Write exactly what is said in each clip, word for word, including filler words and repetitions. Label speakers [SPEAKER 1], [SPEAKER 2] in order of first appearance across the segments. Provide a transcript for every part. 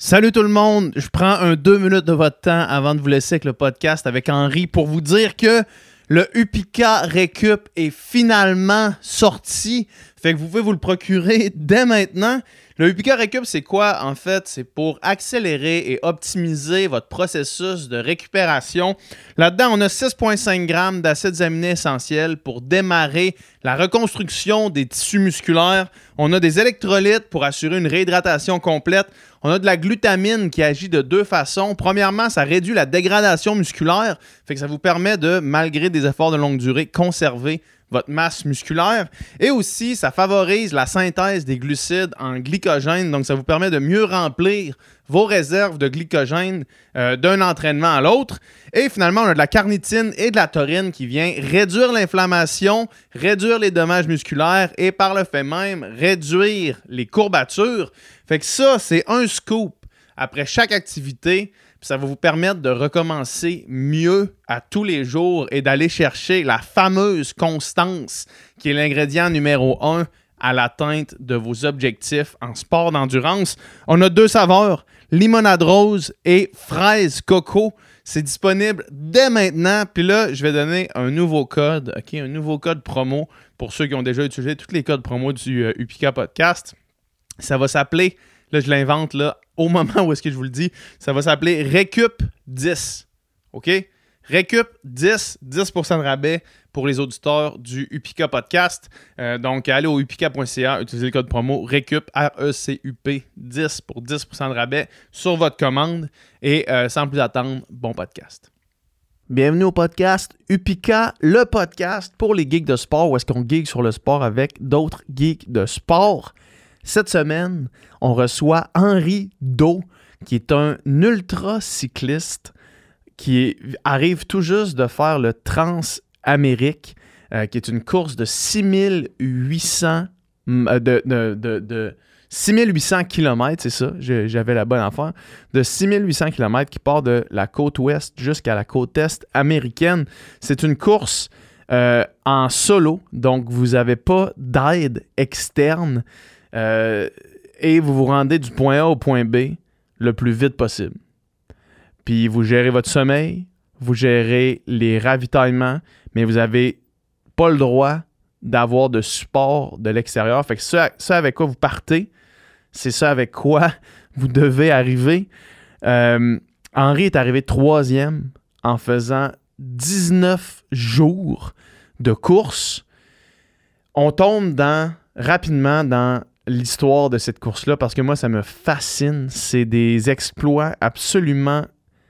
[SPEAKER 1] Salut tout le monde, je prends un deux minutes de votre temps avant de vous laisser avec le podcast avec Henri pour vous dire que le Upika Récup est finalement sorti. Fait que vous pouvez vous le procurer dès maintenant. Le Upika Récup, c'est quoi? En fait, c'est pour accélérer et optimiser votre processus de récupération. Là-dedans, on a six virgule cinq grammes d'acides aminés essentiels pour démarrer la reconstruction des tissus musculaires. On a des électrolytes pour assurer une réhydratation complète. On a de la glutamine qui agit de deux façons. Premièrement, ça réduit la dégradation musculaire. Fait que ça vous permet de, malgré des efforts de longue durée, conserver votre masse musculaire. Et aussi, ça favorise la synthèse des glucides en glycogène. Donc, ça vous permet de mieux remplir vos réserves de glycogène euh, d'un entraînement à l'autre. Et finalement, on a de la carnitine et de la taurine qui vient réduire l'inflammation, réduire les dommages musculaires et par le fait même, réduire les courbatures. Fait que ça, c'est un scoop après chaque activité. Ça va vous permettre de recommencer mieux à tous les jours et d'aller chercher la fameuse constance qui est l'ingrédient numéro un à l'atteinte de vos objectifs en sport d'endurance. On a deux saveurs, limonade rose et fraise coco. C'est disponible dès maintenant. Puis là, je vais donner un nouveau code, ok, un nouveau code promo pour ceux qui ont déjà utilisé tous les codes promo du euh, Upika Podcast. Ça va s'appeler, là je l'invente là, au moment où est-ce que je vous le dis, ça va s'appeler Récup dix. OK? Récup dix, dix pour cent de rabais pour les auditeurs du Upika Podcast. Euh, donc, allez au upika point c a, utilisez le code promo Récup, R E C U P dix pour dix pour cent de rabais sur votre commande. Et euh, sans plus attendre, bon podcast. Bienvenue au podcast Upika, le podcast pour les geeks de sport, où est-ce qu'on geek sur le sport avec d'autres geeks de sport. Cette semaine, on reçoit Henri Do, qui est un ultra-cycliste qui arrive tout juste de faire le Transamérique, euh, qui est une course de six mille huit cents euh, de, de, de, de six mille huit cents kilomètres, c'est ça, je, j'avais la bonne affaire, de six mille huit cents kilomètres qui part de la côte ouest jusqu'à la côte est américaine. C'est une course euh, en solo, donc vous n'avez pas d'aide externe. Euh, et vous vous rendez du point A au point B le plus vite possible. Puis vous gérez votre sommeil, vous gérez les ravitaillements, mais vous n'avez pas le droit d'avoir de support de l'extérieur. Fait que ça, ça avec quoi vous partez, c'est ça avec quoi vous devez arriver. Euh, Henri est arrivé troisième en faisant dix-neuf jours de course. On tombe dans, rapidement dans l'histoire de cette course-là parce que moi, ça me fascine. C'est des exploits absolument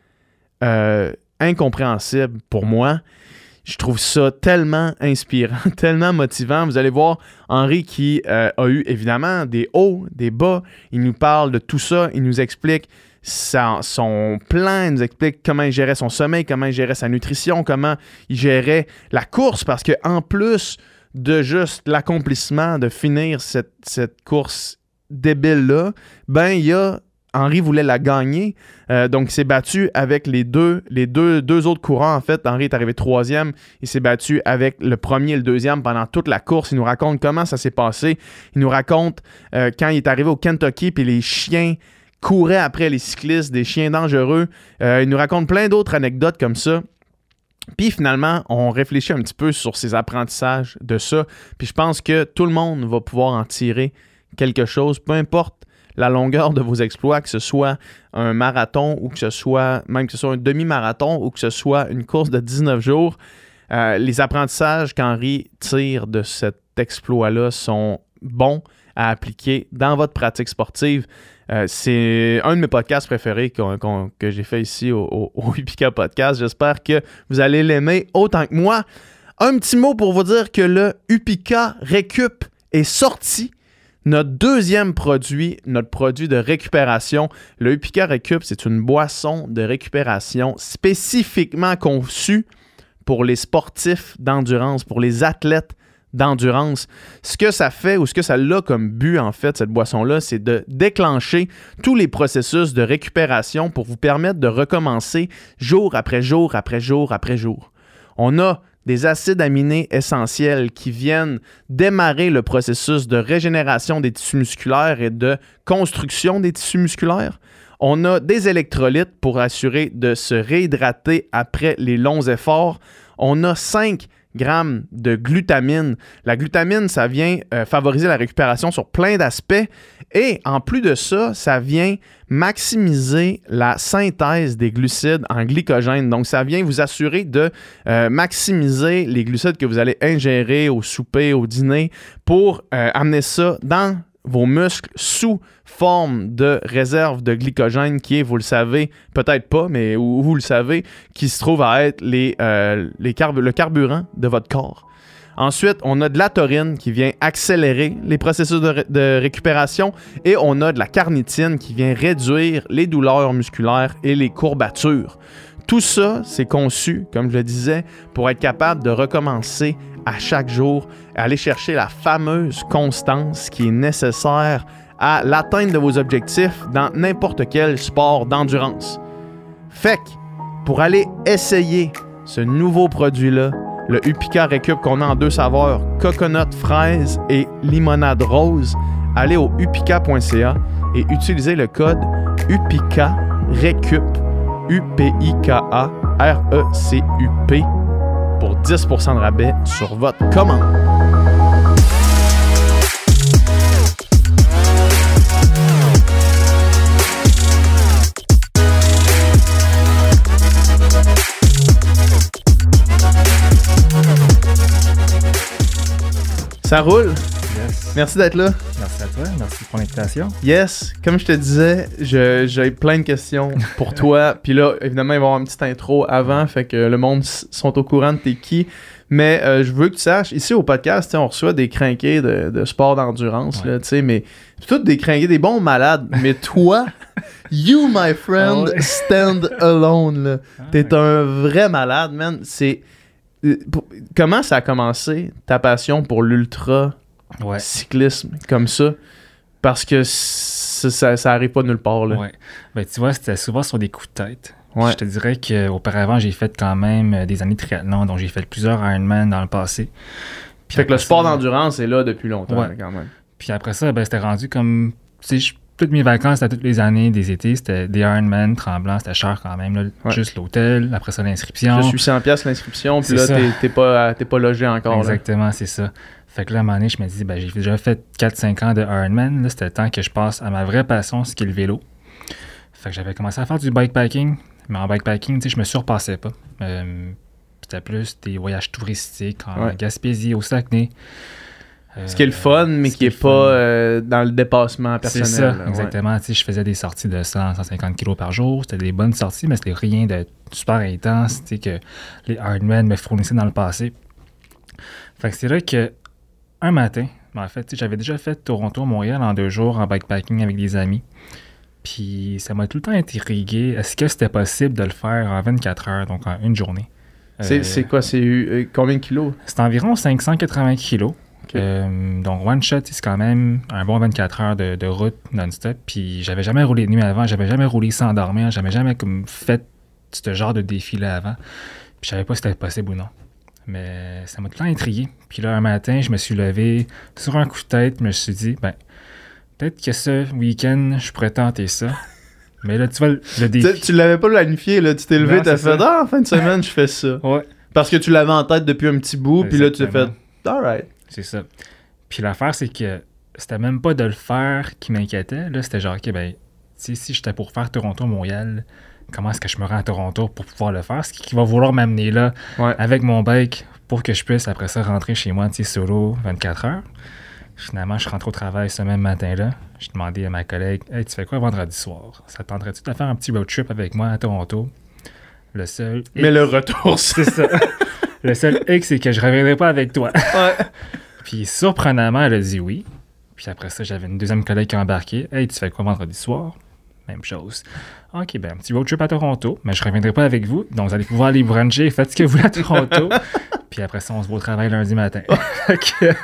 [SPEAKER 1] euh, incompréhensibles pour moi. Je trouve ça tellement inspirant, tellement motivant. Vous allez voir Henri qui euh, a eu évidemment des hauts, des bas. Il nous parle de tout ça. Il nous explique sa, son plan. Il nous explique comment il gérait son sommeil, comment il gérait sa nutrition, comment il gérait la course parce qu'en plus de juste l'accomplissement de finir cette, cette course débile-là, ben il y a Henri voulait la gagner, euh, donc il s'est battu avec les deux, les deux, deux autres courants. En fait, Henri est arrivé troisième, il s'est battu avec le premier et le deuxième pendant toute la course. Il nous raconte comment ça s'est passé. Il nous raconte euh, quand il est arrivé au Kentucky puis les chiens couraient après les cyclistes, des chiens dangereux. Euh, il nous raconte plein d'autres anecdotes comme ça. Puis finalement, on réfléchit un petit peu sur ses apprentissages de ça. Puis je pense que tout le monde va pouvoir en tirer quelque chose, peu importe la longueur de vos exploits, que ce soit un marathon ou que ce soit, même que ce soit un demi-marathon ou que ce soit une course de dix-neuf jours. Euh, les apprentissages qu'Henri tire de cet exploit-là sont bons à appliquer dans votre pratique sportive. Euh, c'est un de mes podcasts préférés qu'on, qu'on, que j'ai fait ici au, au, au Upika Podcast. J'espère que vous allez l'aimer autant que moi. Un petit mot pour vous dire que le Upika Récup est sorti. Notre deuxième produit, notre produit de récupération. Le Upika Récup, c'est une boisson de récupération spécifiquement conçue pour les sportifs d'endurance, pour les athlètes d'endurance. Ce que ça fait ou ce que ça a comme but, en fait, cette boisson-là, c'est de déclencher tous les processus de récupération pour vous permettre de recommencer jour après jour après jour après jour. On a des acides aminés essentiels qui viennent démarrer le processus de régénération des tissus musculaires et de construction des tissus musculaires. On a des électrolytes pour assurer de se réhydrater après les longs efforts. On a cinq grammes de glutamine. La glutamine, ça vient euh, favoriser la récupération sur plein d'aspects. Et en plus de ça, ça vient maximiser la synthèse des glucides en glycogène. Donc, ça vient vous assurer de euh, maximiser les glucides que vous allez ingérer au souper, au dîner, pour euh, amener ça dans vos muscles sous forme de réserve de glycogène qui est, vous le savez, peut-être pas, mais ou, vous le savez, qui se trouve à être les, euh, les carb- le carburant de votre corps. Ensuite, on a de la taurine qui vient accélérer les processus de, ré- de récupération et on a de la carnitine qui vient réduire les douleurs musculaires et les courbatures. Tout ça, c'est conçu, comme je le disais, pour être capable de recommencer à chaque jour et aller chercher la fameuse constance qui est nécessaire à l'atteinte de vos objectifs dans n'importe quel sport d'endurance. Fait que, pour aller essayer ce nouveau produit-là, le Upika Récup qu'on a en deux saveurs, coconut fraise et limonade rose, allez au upika point c a et utilisez le code Upika Récup, U P I K A R E C U P, pour dix pour cent de rabais sur votre commande. Ça roule?
[SPEAKER 2] Yes.
[SPEAKER 1] Merci d'être là.
[SPEAKER 2] Merci à toi, merci pour l'invitation.
[SPEAKER 1] Yes, comme je te disais, je, j'ai plein de questions pour toi. Puis là, évidemment, il va y avoir une petite intro avant, fait que le monde s- sont au courant de t'es qui. Mais euh, je veux que tu saches, ici au podcast, on reçoit des crinqués de, de sport d'endurance,
[SPEAKER 2] ouais.
[SPEAKER 1] là, tu sais, mais c'est tous des crinqués, des bons malades. Mais toi, you, my friend,
[SPEAKER 2] oh ouais.
[SPEAKER 1] stand alone, là.
[SPEAKER 2] Ah,
[SPEAKER 1] T'es
[SPEAKER 2] ouais.
[SPEAKER 1] un vrai malade, man. C'est... Pour- Comment ça a commencé, ta passion pour l'ultra
[SPEAKER 2] Ouais.
[SPEAKER 1] cyclisme comme ça? Parce que ça, ça, ça arrive pas nulle part, là.
[SPEAKER 2] Ouais. Ben, tu vois, c'était souvent sur des coups de tête.
[SPEAKER 1] Ouais.
[SPEAKER 2] Je te dirais qu'auparavant, j'ai fait quand même des années de triathlon, donc j'ai fait plusieurs Ironman dans le passé. Puis
[SPEAKER 1] Fait que le
[SPEAKER 2] après
[SPEAKER 1] sport
[SPEAKER 2] ça-
[SPEAKER 1] d'endurance est là depuis longtemps,
[SPEAKER 2] Ouais.
[SPEAKER 1] là, quand même.
[SPEAKER 2] Puis après ça, ben, c'était rendu comme... Tu sais, je- toutes mes vacances, c'était toutes les années, des étés, c'était des Ironman, Tremblant, c'était cher quand même. Là,
[SPEAKER 1] Ouais.
[SPEAKER 2] Juste l'hôtel, après ça, l'inscription.
[SPEAKER 1] Je suis cent piastres l'inscription, puis
[SPEAKER 2] C'est
[SPEAKER 1] là,
[SPEAKER 2] ça.
[SPEAKER 1] t'es, t'es, pas, t'es pas logé encore. Là.
[SPEAKER 2] Exactement, c'est ça. Fait que là, à un moment donné, je me dis, ben, j'ai déjà fait quatre cinq ans de Ironman. Là, c'était le temps que je passe à ma vraie passion, ce qui est le vélo. Fait que j'avais commencé à faire du bikepacking. Mais en bikepacking, tu sais, je me surpassais pas. Euh, c'était plus des voyages touristiques en
[SPEAKER 1] Ouais.
[SPEAKER 2] Gaspésie, au Saguenay. Euh,
[SPEAKER 1] Ce qui est le fun, mais
[SPEAKER 2] ce
[SPEAKER 1] qui est
[SPEAKER 2] le
[SPEAKER 1] pas
[SPEAKER 2] fun.
[SPEAKER 1] euh, dans le dépassement personnel.
[SPEAKER 2] C'est ça,
[SPEAKER 1] là, ouais.
[SPEAKER 2] exactement. Tu sais, je faisais des sorties de cent, cent cinquante kilos par jour. C'était des bonnes sorties, mais c'était rien de super intense, tu sais, que les Ironman me fournissaient dans le passé. Fait que c'est là que un matin, en fait, tu sais, j'avais déjà fait Toronto-Montréal en deux jours en bikepacking avec des amis. Puis ça m'a tout le temps intrigué. Est-ce que c'était possible de le faire en vingt-quatre heures, donc en une journée?
[SPEAKER 1] C'est,
[SPEAKER 2] Euh,
[SPEAKER 1] c'est quoi? C'est euh, combien de kilos?
[SPEAKER 2] C'est environ cinq cent quatre-vingts kilos.
[SPEAKER 1] Ok.
[SPEAKER 2] Euh, donc, one shot, c'est quand même un bon vingt-quatre heures de, de route non-stop. Puis, j'avais jamais roulé de nuit avant. J'avais jamais roulé sans dormir. J'avais jamais comme fait ce genre de défi-là avant. Puis, je savais pas si c'était possible ou non. Mais ça m'a tout le temps intrigué. Puis là, un matin, je me suis levé sur un coup de tête. Je me suis dit, ben, peut-être que ce week-end, je pourrais tenter ça. Mais là, tu vois, le, le
[SPEAKER 1] Tu,
[SPEAKER 2] défi...
[SPEAKER 1] tu l'avais pas planifié, là. Tu t'es levé,
[SPEAKER 2] Non,
[SPEAKER 1] t'as
[SPEAKER 2] c'est
[SPEAKER 1] fait
[SPEAKER 2] ça.
[SPEAKER 1] « Ah, en fin de semaine, je fais ça. »
[SPEAKER 2] Ouais.
[SPEAKER 1] Parce que tu l'avais en tête depuis un petit bout, puis là, tu t'es fait
[SPEAKER 2] Exactement.
[SPEAKER 1] « Alright.
[SPEAKER 2] C'est ça. Puis l'affaire, c'est que c'était même pas de le faire qui m'inquiétait. Là, c'était genre, OK, ben, tu sais, si j'étais pour faire Toronto-Montréal, comment est-ce que je me rends à Toronto pour pouvoir le faire? Ce qui va vouloir m'amener là
[SPEAKER 1] Ouais.
[SPEAKER 2] avec mon bike pour que je puisse, après ça, rentrer chez moi, tu sais, solo, vingt-quatre heures. Finalement, je rentre au travail ce même matin-là. J'ai demandé à ma collègue, « Hey, tu fais quoi vendredi soir? Ça te tenterait-tu de faire un petit road trip avec moi à Toronto? » Le seul...
[SPEAKER 1] Mais le retour, c'est...
[SPEAKER 2] C'est ça. Le seul hic, c'est que je reviendrai pas avec toi.
[SPEAKER 1] Ouais.
[SPEAKER 2] Puis surprenamment, elle a dit oui. Puis après ça, j'avais une deuxième collègue qui a embarqué. « Hey, tu fais quoi vendredi soir? » Même chose. « OK, ben un petit road trip à Toronto, mais je reviendrai pas avec vous. Donc, vous allez pouvoir aller bruncher, faites ce que vous voulez à Toronto. » Puis après ça, on se voit au travail lundi matin. Fait que-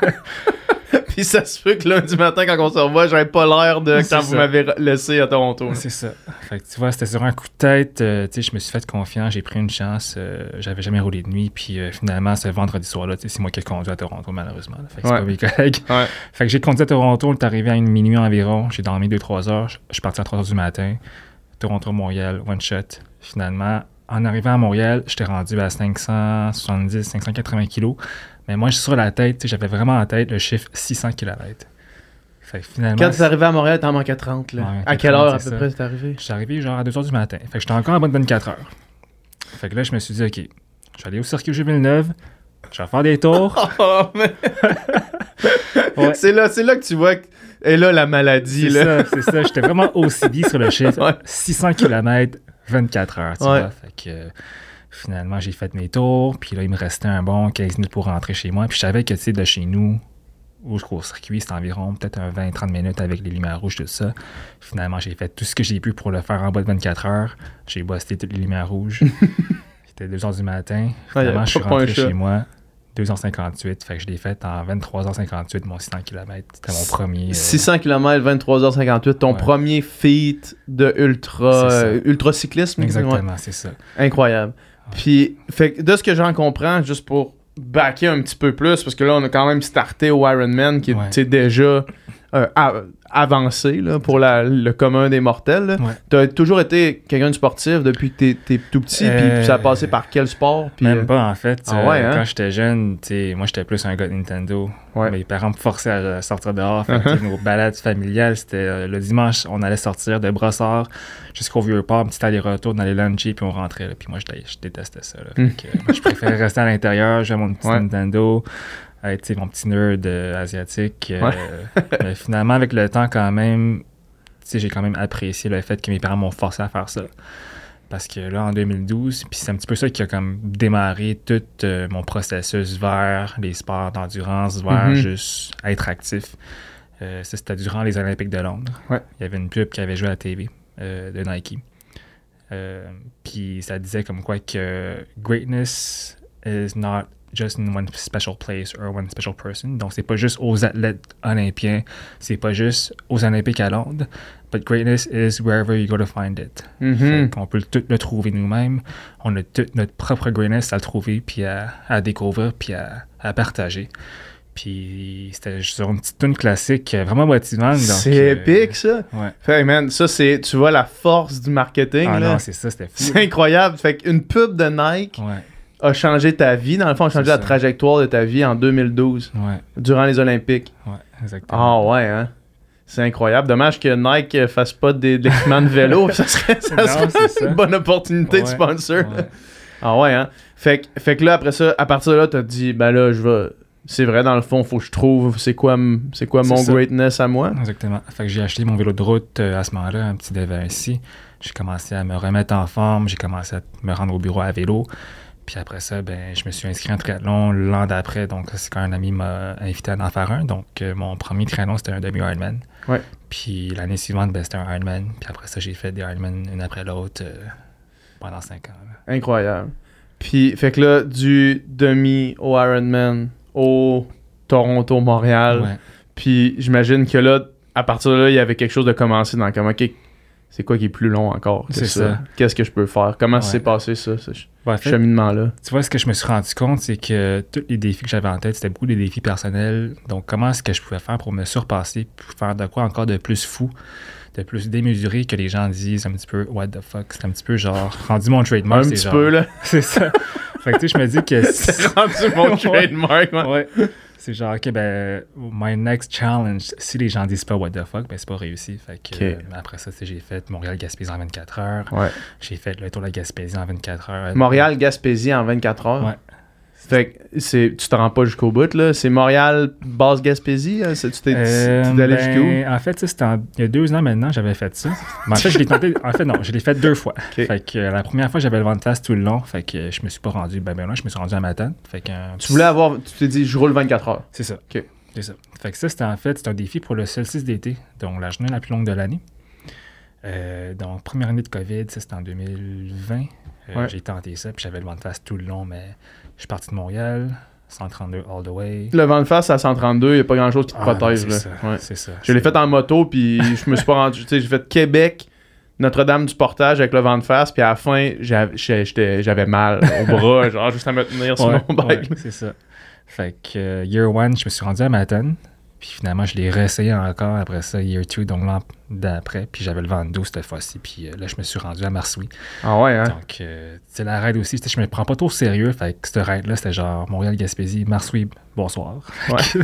[SPEAKER 1] Puis ça se fait que lundi matin, quand on se revoit, j'avais pas l'air de
[SPEAKER 2] C'est
[SPEAKER 1] quand vous
[SPEAKER 2] ça.
[SPEAKER 1] m'avez laissé à Toronto. là.
[SPEAKER 2] C'est ça. Fait que tu vois, c'était sur un coup de tête. euh, tu sais, je me suis fait confiance, j'ai pris une chance. euh, j'avais jamais roulé de nuit. Puis euh, finalement, ce vendredi soir-là, tu sais, c'est moi qui ai conduit à Toronto, malheureusement. là. Fait que c'est
[SPEAKER 1] Ouais.
[SPEAKER 2] pas mes collègues.
[SPEAKER 1] Ouais.
[SPEAKER 2] Fait que j'ai conduit à Toronto, on est arrivé à une minuit environ. J'ai dormi deux trois heures. Je je suis parti à trois heures du matin. Toronto-Montréal, one shot. Finalement, en arrivant à Montréal, j'étais rendu à cinq cent soixante-dix, cinq cent quatre-vingts kilos. Mais moi, sur la tête, j'avais vraiment en tête le chiffre six cents kilomètres. Fait que finalement,
[SPEAKER 1] quand tu es arrivé à Montréal, t'en manquais trente. Là.
[SPEAKER 2] Ouais,
[SPEAKER 1] à quelle heure à peu
[SPEAKER 2] ça.
[SPEAKER 1] près t'es arrivé?
[SPEAKER 2] Je suis arrivé genre à deux heures du matin. Fait que j'étais encore en bonne vingt-quatre heures. Fait que là, je me suis dit, OK, je vais aller au circuit Villeneuve, je vais faire des tours.
[SPEAKER 1] Oh, mais... ouais. c'est, là, c'est là que tu vois que est là la maladie.
[SPEAKER 2] C'est
[SPEAKER 1] là.
[SPEAKER 2] ça, c'est ça. J'étais vraiment O C D sur le chiffre. Ouais. six cents kilomètres, vingt-quatre heures, tu ouais. vois. Fait que euh, finalement, j'ai fait mes tours. Puis là, il me restait un bon quinze minutes pour rentrer chez moi. Puis je savais que, tu sais, de chez nous jusqu'au circuit, c'est environ peut-être un vingt à trente minutes avec les lumières rouges, tout ça. Finalement, j'ai fait tout ce que j'ai pu pour le faire en bas de vingt-quatre heures. J'ai bossé toutes les lumières rouges. C'était deux heures du matin. Finalement, ouais, je suis rentré chez moi. deux heures cinquante-huit, fait que je l'ai fait en vingt-trois heures cinquante-huit, mon six cents kilomètres. C'était mon premier. Euh...
[SPEAKER 1] six cents kilomètres, vingt-trois heures cinquante-huit, ton ouais. premier feat de ultra, euh, ultra cyclisme.
[SPEAKER 2] Exactement,
[SPEAKER 1] ouais.
[SPEAKER 2] c'est ça.
[SPEAKER 1] Incroyable. Ouais. Puis, fait que de ce que j'en comprends, juste pour backer un petit peu plus, parce que là, on a quand même starté au Ironman, qui est ouais. déjà euh, a- avancé là, pour la, le commun des mortels. Ouais. Tu as toujours été quelqu'un de sportif depuis que t'es, t'es tout petit, euh... puis ça a passé par quel sport? Pis,
[SPEAKER 2] Même
[SPEAKER 1] euh...
[SPEAKER 2] pas, en fait.
[SPEAKER 1] Ah ouais,
[SPEAKER 2] euh,
[SPEAKER 1] hein?
[SPEAKER 2] Quand j'étais jeune, moi, j'étais plus un gars de Nintendo. Ouais. Mes parents me forçaient à sortir dehors. Fait, uh-huh. Nos balades familiales, c'était euh, le dimanche, on allait sortir de Brossard jusqu'au Vieux-Port, un petit aller-retour dans les lunchies, puis on rentrait. Là, puis moi, je, je détestais ça. Là, mm. fait que, moi, je préférais rester à l'intérieur, jouer à mon petit ouais. Nintendo, être mon petit nerd euh, asiatique. Euh, ouais. Mais finalement, avec le temps, quand même, j'ai quand même apprécié le fait que mes parents m'ont forcé à faire ça. Parce que là, en deux mille douze, puis c'est un petit peu ça qui a comme démarré tout euh, mon processus vers les sports d'endurance, vers mm-hmm. juste être actif. Euh, ça, c'était durant les Olympiques de Londres.
[SPEAKER 1] Ouais.
[SPEAKER 2] Il y avait une pub qui avait joué à la T V euh, de Nike. Euh, puis ça disait comme quoi que greatness is not just in one special place or one special person. Donc, c'est pas juste aux athlètes olympiens, c'est pas juste aux Olympiques à Londres, but greatness is wherever you go to find it.
[SPEAKER 1] Mm-hmm.
[SPEAKER 2] On peut tout le trouver nous-mêmes. On a toute notre propre greatness à le trouver, puis à, à découvrir, puis à, à partager. Puis c'était sur une petite tune classique vraiment motivante. Donc,
[SPEAKER 1] c'est euh, épique, ça.
[SPEAKER 2] Ouais.
[SPEAKER 1] Fait man, ça, c'est, tu vois la force du marketing.
[SPEAKER 2] Ah
[SPEAKER 1] là.
[SPEAKER 2] non, c'est ça, c'était fou.
[SPEAKER 1] C'est incroyable. Fait qu'une pub de Nike...
[SPEAKER 2] Ouais.
[SPEAKER 1] a changé ta vie, dans le fond, a changé
[SPEAKER 2] c'est
[SPEAKER 1] la
[SPEAKER 2] ça.
[SPEAKER 1] trajectoire de ta vie en deux mille douze,
[SPEAKER 2] ouais.
[SPEAKER 1] durant les Olympiques.
[SPEAKER 2] Ouais, exactement.
[SPEAKER 1] Ah ouais, hein? C'est incroyable. Dommage que Nike fasse pas des, de l'équipement de vélo, ça serait, ça
[SPEAKER 2] non,
[SPEAKER 1] serait
[SPEAKER 2] ça.
[SPEAKER 1] une bonne opportunité
[SPEAKER 2] ouais,
[SPEAKER 1] de sponsor.
[SPEAKER 2] Ouais.
[SPEAKER 1] Ah ouais, hein? Fait, fait que là, après ça, à partir de là, t'as dit, ben là, je vais... C'est vrai, dans le fond, faut que je trouve c'est quoi, c'est quoi c'est mon ça. greatness à moi.
[SPEAKER 2] Exactement. Fait que j'ai acheté mon vélo de route euh, à ce moment-là, un petit Devin ici. J'ai commencé à me remettre en forme, j'ai commencé à me rendre au bureau à vélo. Puis après ça, ben, je me suis inscrit en triathlon l'an d'après. Donc, c'est quand un ami m'a invité à en faire un. Donc, euh, mon premier triathlon, c'était un demi-Ironman.
[SPEAKER 1] Ouais.
[SPEAKER 2] Puis l'année suivante, ben, c'était un Ironman. Puis après ça, j'ai fait des Ironman une après l'autre euh, pendant cinq ans. Là.
[SPEAKER 1] Incroyable. Puis, fait que là, du demi au Ironman au Toronto-Montréal.
[SPEAKER 2] Ouais.
[SPEAKER 1] Puis, j'imagine que là, à partir de là, il y avait quelque chose de commencé dans comme, OK, c'est quoi qui est plus long encore que
[SPEAKER 2] c'est
[SPEAKER 1] ça?
[SPEAKER 2] ça.
[SPEAKER 1] Qu'est-ce que je peux faire? Comment
[SPEAKER 2] ouais.
[SPEAKER 1] s'est passé ça, ce
[SPEAKER 2] ouais,
[SPEAKER 1] cheminement-là?
[SPEAKER 2] Tu vois, ce que je me suis rendu compte, c'est que tous les défis que j'avais en tête, c'était beaucoup des défis personnels. Donc, comment est-ce que je pouvais faire pour me surpasser, pour faire de quoi encore de plus fou, de plus démesuré que les gens disent un petit peu « what the fuck ». C'est un petit peu genre, rendu mon trademark.
[SPEAKER 1] Un
[SPEAKER 2] c'est
[SPEAKER 1] petit
[SPEAKER 2] genre,
[SPEAKER 1] peu, là.
[SPEAKER 2] C'est ça. Fait que tu sais, je me dis que...
[SPEAKER 1] c'est rendu mon trademark,
[SPEAKER 2] ouais. ouais. C'est genre, OK, ben, my next challenge, si les gens disent pas what the fuck, ben, c'est pas réussi. Fait que,
[SPEAKER 1] okay.
[SPEAKER 2] euh, après ça, j'ai fait Montréal-Gaspésie en vingt-quatre heures.
[SPEAKER 1] Ouais.
[SPEAKER 2] J'ai fait le tour de la Gaspésie en vingt-quatre heures.
[SPEAKER 1] Montréal-Gaspésie en vingt-quatre heures?
[SPEAKER 2] Ouais.
[SPEAKER 1] Fait que c'est, tu te rends pas jusqu'au bout, là. C'est Montréal-Basse-Gaspésie? Hein? Tu t'es,
[SPEAKER 2] euh,
[SPEAKER 1] t'es allé
[SPEAKER 2] ben,
[SPEAKER 1] jusqu'où?
[SPEAKER 2] En fait, c'était en, il y a deux ans maintenant, j'avais fait ça. Mais en fait, je l'ai tenté. En fait, non, je l'ai fait deux fois.
[SPEAKER 1] Okay.
[SPEAKER 2] Fait que euh, la première fois, j'avais le vent de face tout le long. Fait que je me suis pas rendu. Ben, ben là, je me suis rendu à Matane. Fait que, euh,
[SPEAKER 1] tu voulais avoir. Tu t'es dit, je roule vingt-quatre heures.
[SPEAKER 2] C'est ça.
[SPEAKER 1] OK.
[SPEAKER 2] C'est ça. Fait que ça, c'était en fait, c'est un défi pour le solstice d'été. Donc, la journée la plus longue de l'année. Euh, donc, première année de COVID, ça, c'était en deux mille vingt. Euh,
[SPEAKER 1] ouais.
[SPEAKER 2] J'ai tenté ça, puis j'avais le vent de face tout le long, mais je suis parti de Montréal, cent trente-deux all the way.
[SPEAKER 1] Le vent de face à cent trente-deux, il n'y a pas grand-chose qui te
[SPEAKER 2] ah,
[SPEAKER 1] protège.
[SPEAKER 2] Non, c'est,
[SPEAKER 1] là.
[SPEAKER 2] Ça,
[SPEAKER 1] ouais.
[SPEAKER 2] c'est ça.
[SPEAKER 1] Je
[SPEAKER 2] c'est
[SPEAKER 1] l'ai fait en moto, puis je me suis pas rendu. Tu sais, j'ai fait Québec, Notre-Dame-du-Portage avec le vent de face, puis à la fin, j'avais, j'étais, j'avais mal au bras, genre juste à me tenir sur
[SPEAKER 2] ouais,
[SPEAKER 1] mon bike.
[SPEAKER 2] Ouais, c'est ça. Fait que euh, year one, je me suis rendu à Matane. Puis finalement, je l'ai réessayé encore après ça, year two, donc l'an d'après. Puis j'avais le vent de dos cette fois-ci. Puis euh, là, je me suis rendu à Marsoui.
[SPEAKER 1] Ah ouais, hein?
[SPEAKER 2] Donc, euh, tu sais, la raid aussi, je me prends pas trop au sérieux. Fait que cette raid-là, c'était genre Montréal-Gaspésie, Marsoui, bonsoir.
[SPEAKER 1] Ouais.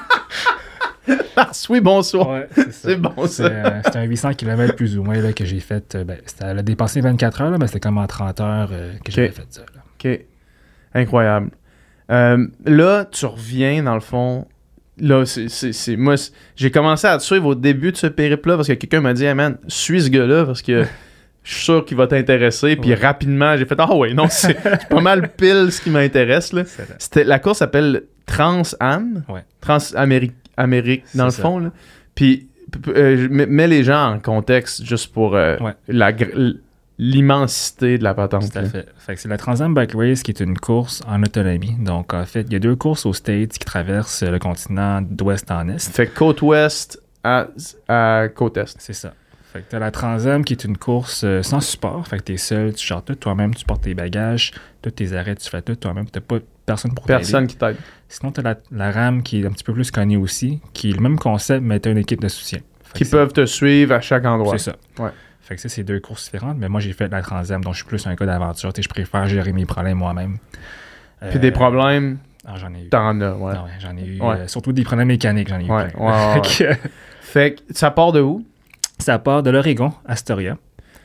[SPEAKER 1] Marsoui, bonsoir.
[SPEAKER 2] Ouais, c'est ça.
[SPEAKER 1] C'est bon, ça.
[SPEAKER 2] C'est, euh, c'était un huit cents kilomètres plus ou moins là, que j'ai fait. Euh, ben, c'était, elle a dépassé vingt-quatre heures, là, mais c'était comme en trente heures euh, que j'avais fait ça. Là.
[SPEAKER 1] OK. Incroyable. Euh, là, tu reviens, dans le fond... Là, c'est, c'est, c'est moi, c'est, j'ai commencé à te suivre au début de ce périple-là parce que quelqu'un m'a dit hey man, suis ce gars-là parce que je suis sûr qu'il va t'intéresser. Puis
[SPEAKER 2] ouais.
[SPEAKER 1] rapidement, j'ai fait ah ouais, non, c'est, c'est pas mal pile ce qui m'intéresse. Là. C'était, la course s'appelle Trans-Am.
[SPEAKER 2] Ouais.
[SPEAKER 1] Trans-Amérique, Amérique, dans le
[SPEAKER 2] ça.
[SPEAKER 1] fond. Là. Puis, euh, je mets les gens en contexte juste pour euh,
[SPEAKER 2] ouais.
[SPEAKER 1] la, l'immensité de la patente.
[SPEAKER 2] Tout à fait. Fait que c'est la Trans Am Bike Race qui est une course en autonomie. Donc, en fait, il y a deux courses aux States qui traversent le continent d'ouest en est.
[SPEAKER 1] Fait côte ouest à, à côte est.
[SPEAKER 2] C'est ça. Fait que t'as la Trans Am qui est une course euh, sans support. Fait que t'es seul, tu gères tout toi-même, tu portes tes bagages, tous tes arrêts, tu fais tout toi-même. T'as pas personne pour t'aider.
[SPEAKER 1] Personne qui t'aide.
[SPEAKER 2] Sinon, t'as la, la RAM qui est un petit peu plus connue aussi, qui est le même concept, mais t'as une équipe de soutien. Fait
[SPEAKER 1] qui peuvent te suivre à chaque endroit.
[SPEAKER 2] C'est ça.
[SPEAKER 1] Ouais.
[SPEAKER 2] Fait que ça, c'est deux courses différentes, mais moi, j'ai fait la Trans Am, donc je suis plus un gars d'aventure. Je préfère gérer mes problèmes moi-même.
[SPEAKER 1] Puis euh, des problèmes,
[SPEAKER 2] ah, j'en ai eu.
[SPEAKER 1] T'en as, ouais.
[SPEAKER 2] Ah ouais, j'en ai eu.
[SPEAKER 1] Ouais.
[SPEAKER 2] Euh, surtout des problèmes mécaniques, j'en ai eu.
[SPEAKER 1] Ouais,
[SPEAKER 2] plein.
[SPEAKER 1] ouais, ouais,
[SPEAKER 2] fait,
[SPEAKER 1] ouais.
[SPEAKER 2] que,
[SPEAKER 1] fait que ça part de où?
[SPEAKER 2] Ça part de l'Oregon, Astoria.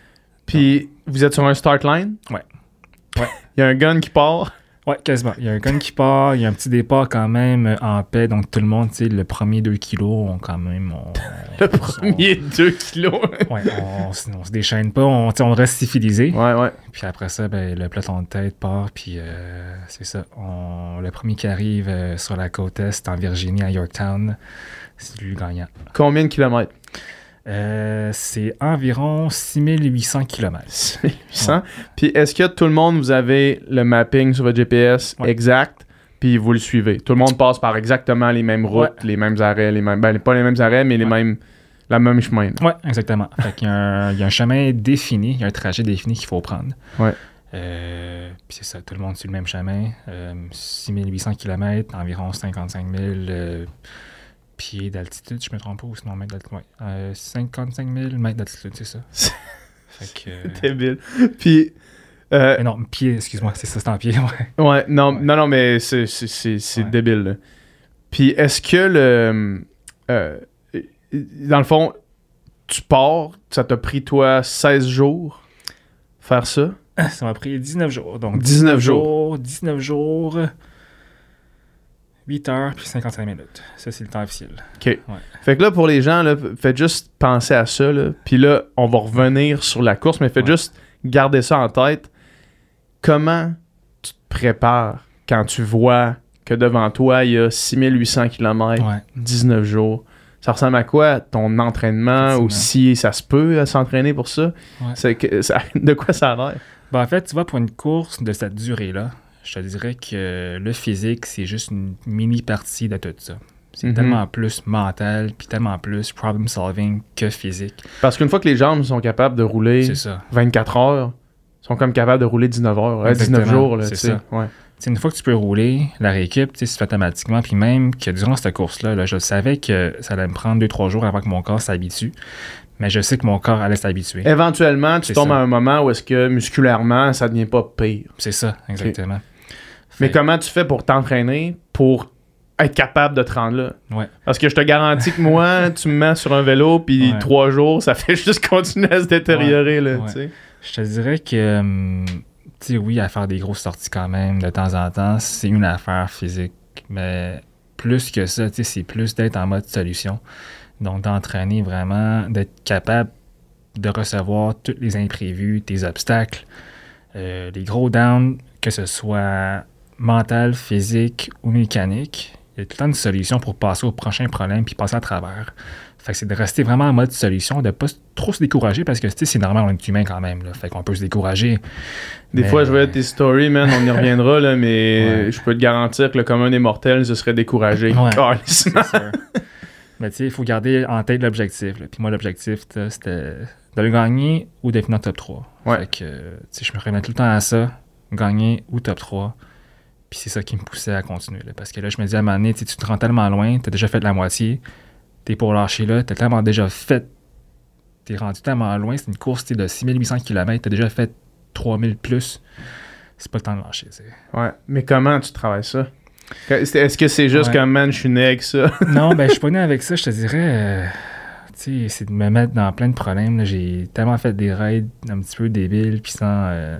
[SPEAKER 1] Puis donc, vous êtes sur un start line?
[SPEAKER 2] Ouais.
[SPEAKER 1] Ouais. Il y a un gun qui part?
[SPEAKER 2] Ouais, quasiment. Il y a un gun qui part, il y a un petit départ quand même en paix, donc tout le monde, tu sais, le premier deux kilos, on quand même... On,
[SPEAKER 1] le premier on, deux kilos?
[SPEAKER 2] Ouais, on, on, on se déchaîne pas, on, on reste civilisé.
[SPEAKER 1] Ouais, ouais.
[SPEAKER 2] Puis après ça, ben, le peloton de tête part, puis euh, c'est ça. On, le premier qui arrive euh, sur la côte est, en Virginie, à Yorktown, c'est lui le gagnant.
[SPEAKER 1] Combien de kilomètres?
[SPEAKER 2] Euh, c'est environ six mille huit cents kilomètres.
[SPEAKER 1] six mille huit cents? Ouais. Puis est-ce que tout le monde, vous avez le mapping sur votre G P S ouais. exact, puis vous le suivez? Tout le monde passe par exactement les mêmes routes, ouais. les mêmes arrêts, les mêmes... Ben, pas les mêmes arrêts, mais les ouais. mêmes... La même chemin.
[SPEAKER 2] Oui, exactement. Fait qu'il y a, un, il y a un chemin défini, il y a un trajet défini qu'il faut prendre.
[SPEAKER 1] Ouais.
[SPEAKER 2] Euh, puis c'est ça, tout le monde suit le même chemin. Euh, six mille huit cents kilomètres, environ cinquante-cinq mille... Euh, pieds d'altitude, je me trompe pas, ou sinon mètres d'altitude. Ouais. Euh, cinquante-cinq mille mètres d'altitude, c'est ça. Fait que, euh...
[SPEAKER 1] débile. Puis. Euh...
[SPEAKER 2] non, pieds, excuse-moi, c'est ça, c'est en pied, ouais.
[SPEAKER 1] Ouais, non, ouais. non, non, mais c'est, c'est, c'est, c'est ouais. débile, là. Puis est-ce que le. Euh, dans le fond, tu pars, ça t'a pris, toi, seize jours faire ça?
[SPEAKER 2] Ça m'a pris dix-neuf jours. Donc,
[SPEAKER 1] dix-neuf jours.
[SPEAKER 2] dix-neuf jours. huit heures puis cinquante-cinq minutes. Ça, c'est le temps officiel.
[SPEAKER 1] OK. Ouais. Fait que là, pour les gens, là, faites juste penser à ça. Là. Puis là, on va revenir sur la course, mais faites ouais. juste garder ça en tête. Comment tu te prépares quand tu vois que devant toi, il y a six mille huit cents kilomètres, ouais. dix-neuf jours? Ça ressemble à quoi ton entraînement ou si ça se peut euh, s'entraîner pour ça? Ouais. C'est que, ça? De quoi ça a l'air?
[SPEAKER 2] Ben, en fait, tu vois, pour une course de cette durée-là, je te dirais que le physique, c'est juste une mini-partie de tout ça. C'est mm-hmm. tellement plus mental puis tellement plus problem-solving que physique.
[SPEAKER 1] Parce qu'une fois que les jambes sont capables de rouler vingt-quatre heures, ils sont comme capables de rouler dix-neuf heures, hein, dix-neuf jours. Là,
[SPEAKER 2] c'est ça. Ouais. Une fois que tu peux rouler, la rééquipe, c'est fait automatiquement. Puis même que durant cette course-là, là, je savais que ça allait me prendre deux trois jours avant que mon corps s'habitue. Mais je sais que mon corps allait s'habituer.
[SPEAKER 1] Éventuellement, tu c'est tombes ça. à un moment où est-ce que musculairement, ça devient pas pire.
[SPEAKER 2] C'est ça, exactement. Okay.
[SPEAKER 1] Mais comment tu fais pour t'entraîner pour être capable de te rendre là?
[SPEAKER 2] Ouais.
[SPEAKER 1] Parce que je te garantis que moi, tu me mets sur un vélo, puis ouais. trois jours, ça fait juste continuer à se détériorer.
[SPEAKER 2] Ouais.
[SPEAKER 1] Là,
[SPEAKER 2] ouais.
[SPEAKER 1] t'sais.
[SPEAKER 2] Je te dirais que, hum, tu sais, oui, à faire des grosses sorties quand même, de temps en temps, c'est une affaire physique. Mais plus que ça, tu sais, c'est plus d'être en mode solution. Donc, d'entraîner vraiment, d'être capable de recevoir tous les imprévus, tes obstacles, euh, les gros downs, que ce soit mental, physique ou mécanique. Il y a tout le temps une solution pour passer au prochain problème puis passer à travers. Fait que c'est de rester vraiment en mode solution, de pas trop se décourager parce que c'est normal, on est humain quand même. Là, fait qu'on peut se décourager.
[SPEAKER 1] Des mais... fois, je voyais tes stories, man, on y reviendra, là, mais ouais. je peux te garantir que le commun des mortels se serait découragé.
[SPEAKER 2] Ouais, oh, c'est sûr. Mais tu sais, il faut garder en tête l'objectif. Puis moi, l'objectif, c'était de le gagner ou de finir top trois.
[SPEAKER 1] Ouais.
[SPEAKER 2] Fait que, tu sais, je me remets tout le temps à ça, gagner ou top trois. Puis c'est ça qui me poussait à continuer. Là, parce que là, je me dis à un moment donné, tu te rends tellement loin, tu as déjà fait la moitié, tu es pour lâcher là, tu as tellement déjà fait, tu es rendu tellement loin, c'est une course de six mille huit cents kilomètres, tu as déjà fait trois mille plus. C'est pas le temps de lâcher. T'sais.
[SPEAKER 1] Ouais, mais comment tu travailles ça? Est-ce que c'est juste
[SPEAKER 2] ouais.
[SPEAKER 1] comme, man, je suis né avec ça?
[SPEAKER 2] Non, ben je suis pas né avec ça, je te dirais. Euh, tu sais, c'est de me mettre dans plein de problèmes. Là. J'ai tellement fait des raids un petit peu débiles, puis sans. Euh,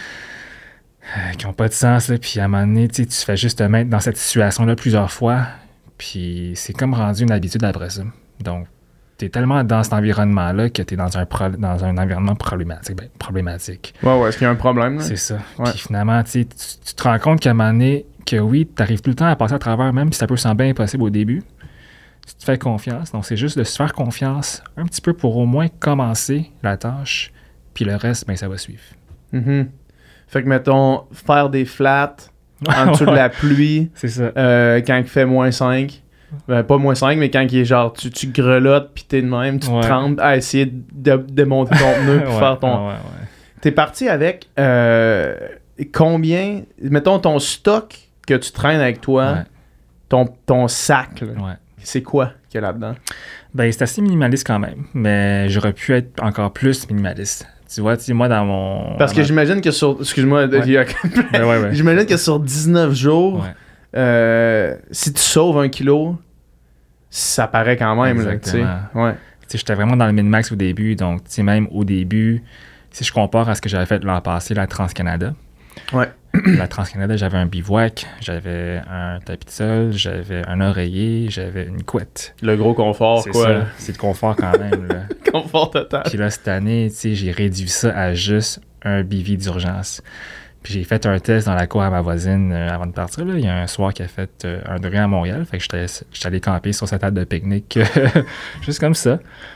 [SPEAKER 2] euh, qui ont pas de sens, là. Puis à un moment donné, tu fais juste te mettre dans cette situation-là plusieurs fois, puis c'est comme rendu une habitude après ça. Donc, t'es tellement dans cet environnement-là que t'es dans un, pro- dans un environnement problématique. Ben, problématique.
[SPEAKER 1] Ouais, ouais, est-ce qu'il y a un problème? Là?
[SPEAKER 2] C'est ça.
[SPEAKER 1] Ouais.
[SPEAKER 2] Puis finalement, tu, tu te rends compte qu'à un moment donné, que oui, t'arrives tout le temps à passer à travers, même si ça peut sembler impossible au début. Tu te fais confiance. Donc, c'est juste de se faire confiance un petit peu pour au moins commencer la tâche, puis le reste, ben ça va suivre.
[SPEAKER 1] Mm-hmm. Fait que, mettons, faire des flats en dessous de la pluie,
[SPEAKER 2] c'est ça.
[SPEAKER 1] Euh, quand il fait moins cinq. Ben, pas moins cinq, mais quand il est genre, tu, tu grelottes, pis t'es de même, tu
[SPEAKER 2] ouais.
[SPEAKER 1] te trembles à essayer de, de démonter ton pneu pour
[SPEAKER 2] ouais,
[SPEAKER 1] faire ton...
[SPEAKER 2] ouais, ouais.
[SPEAKER 1] T'es parti avec euh, combien... Mettons, ton stock que tu traînes avec toi,
[SPEAKER 2] ouais.
[SPEAKER 1] ton, ton sac, là,
[SPEAKER 2] ouais.
[SPEAKER 1] c'est quoi qu'il y a là-dedans?
[SPEAKER 2] Ben, c'est assez minimaliste quand même, mais j'aurais pu être encore plus minimaliste. Tu vois, tu sais, moi, dans mon...
[SPEAKER 1] Parce
[SPEAKER 2] dans
[SPEAKER 1] que
[SPEAKER 2] ma...
[SPEAKER 1] j'imagine que sur... Excuse-moi,
[SPEAKER 2] ouais.
[SPEAKER 1] il y a...
[SPEAKER 2] ben, ouais, ouais.
[SPEAKER 1] j'imagine que sur dix-neuf jours,
[SPEAKER 2] ouais.
[SPEAKER 1] euh, si tu sauves un kilo, ça paraît quand même.
[SPEAKER 2] Exactement.
[SPEAKER 1] Là, tu sais. Ouais.
[SPEAKER 2] Tu sais, j'étais vraiment dans le min-max au début, donc, tu sais, même au début, si je compare à ce que j'avais fait l'an passé, la Trans-Canada.
[SPEAKER 1] Ouais.
[SPEAKER 2] La Trans-Canada, j'avais un bivouac, j'avais un tapis de sol, j'avais un oreiller, j'avais une couette.
[SPEAKER 1] Le gros confort,
[SPEAKER 2] c'est
[SPEAKER 1] quoi.
[SPEAKER 2] Ça. C'est le confort quand même, là.
[SPEAKER 1] Confort total.
[SPEAKER 2] Puis là, cette année, tu sais, j'ai réduit ça à juste un bivy d'urgence. Puis j'ai fait un test dans la cour à ma voisine euh, avant de partir. Là. Il y a un soir qui a fait euh, un degré à Montréal. Fait que j'étais, j'étais allé camper sur sa table de pique-nique, juste comme ça.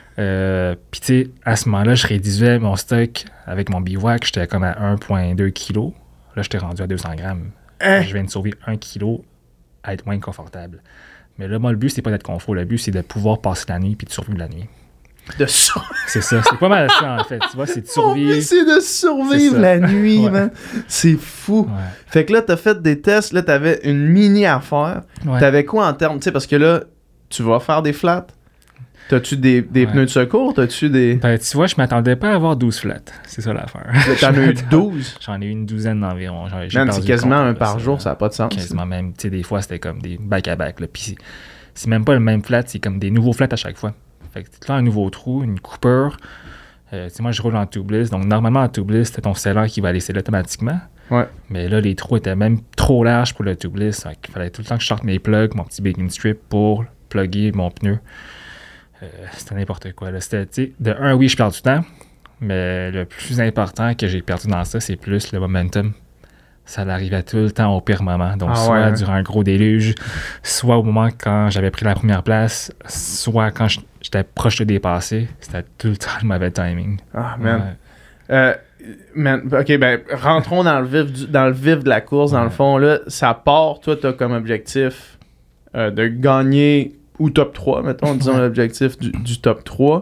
[SPEAKER 2] Euh, Puis tu sais, à ce moment-là, je réduisais mon stock avec mon bivouac. J'étais comme à un virgule deux kilos. Là, j'étais rendu à deux cents grammes.
[SPEAKER 1] Hein?
[SPEAKER 2] Je viens de sauver un kilo à être moins confortable. Mais là, moi, le but, c'est pas d'être confort. Le but, c'est de pouvoir passer la nuit puis de survivre la nuit.
[SPEAKER 1] De ça.
[SPEAKER 2] C'est ça. C'est pas mal ça, en fait. Tu vois, c'est de survivre.
[SPEAKER 1] Mon but, c'est de survivre la nuit,
[SPEAKER 2] ouais.
[SPEAKER 1] man. C'est fou.
[SPEAKER 2] Ouais.
[SPEAKER 1] Fait que là, t'as fait des tests. Là, t'avais une mini affaire.
[SPEAKER 2] Ouais.
[SPEAKER 1] T'avais quoi en termes... Tu sais, parce que là, tu vas faire des flats. T'as-tu des, des
[SPEAKER 2] ouais.
[SPEAKER 1] pneus de secours? T'as-tu des...
[SPEAKER 2] Ben, tu vois, je m'attendais pas à avoir douze flats. C'est ça l'affaire.
[SPEAKER 1] T'en as eu douze?
[SPEAKER 2] J'en ai eu une douzaine environ. J'en, j'ai
[SPEAKER 1] Man, c'est quasiment un par
[SPEAKER 2] ça,
[SPEAKER 1] jour. Ça n'a pas de sens.
[SPEAKER 2] Quasiment même. Tu sais, des fois, c'était comme des back-à-back. Là. Puis c'est, c'est même pas le même flat. C'est comme des nouveaux flats à chaque fois. Fait que tu as un nouveau trou, une coupure. Euh, tu sais, moi, je roule en tubeless. Donc, normalement, en tubeless, c'était ton seller qui va laisser automatiquement.
[SPEAKER 1] Ouais.
[SPEAKER 2] Mais là, les trous étaient même trop larges pour le tubeless. Fait qu'il fallait tout le temps que je sorte mes plugs, mon petit baking strip pour plugger mon pneu. Euh, c'était n'importe quoi. Là. C'était, tu sais, de un, oui, je perds du temps. Mais le plus important que j'ai perdu dans ça, c'est plus le momentum. Ça arrivait tout le temps au pire moment. Donc,
[SPEAKER 1] ah,
[SPEAKER 2] soit
[SPEAKER 1] ouais.
[SPEAKER 2] durant un gros déluge, soit au moment quand j'avais pris la première place, soit quand j'étais proche de dépasser. C'était tout le temps le mauvais timing.
[SPEAKER 1] Ah, man.
[SPEAKER 2] Ouais.
[SPEAKER 1] Euh, man. OK, ben, rentrons dans le vif, du, dans le vif de la course. Dans ouais. le fond, là, ça part. Toi, tu as comme objectif euh, de gagner ou top trois, mettons, disons l'objectif du, du top trois.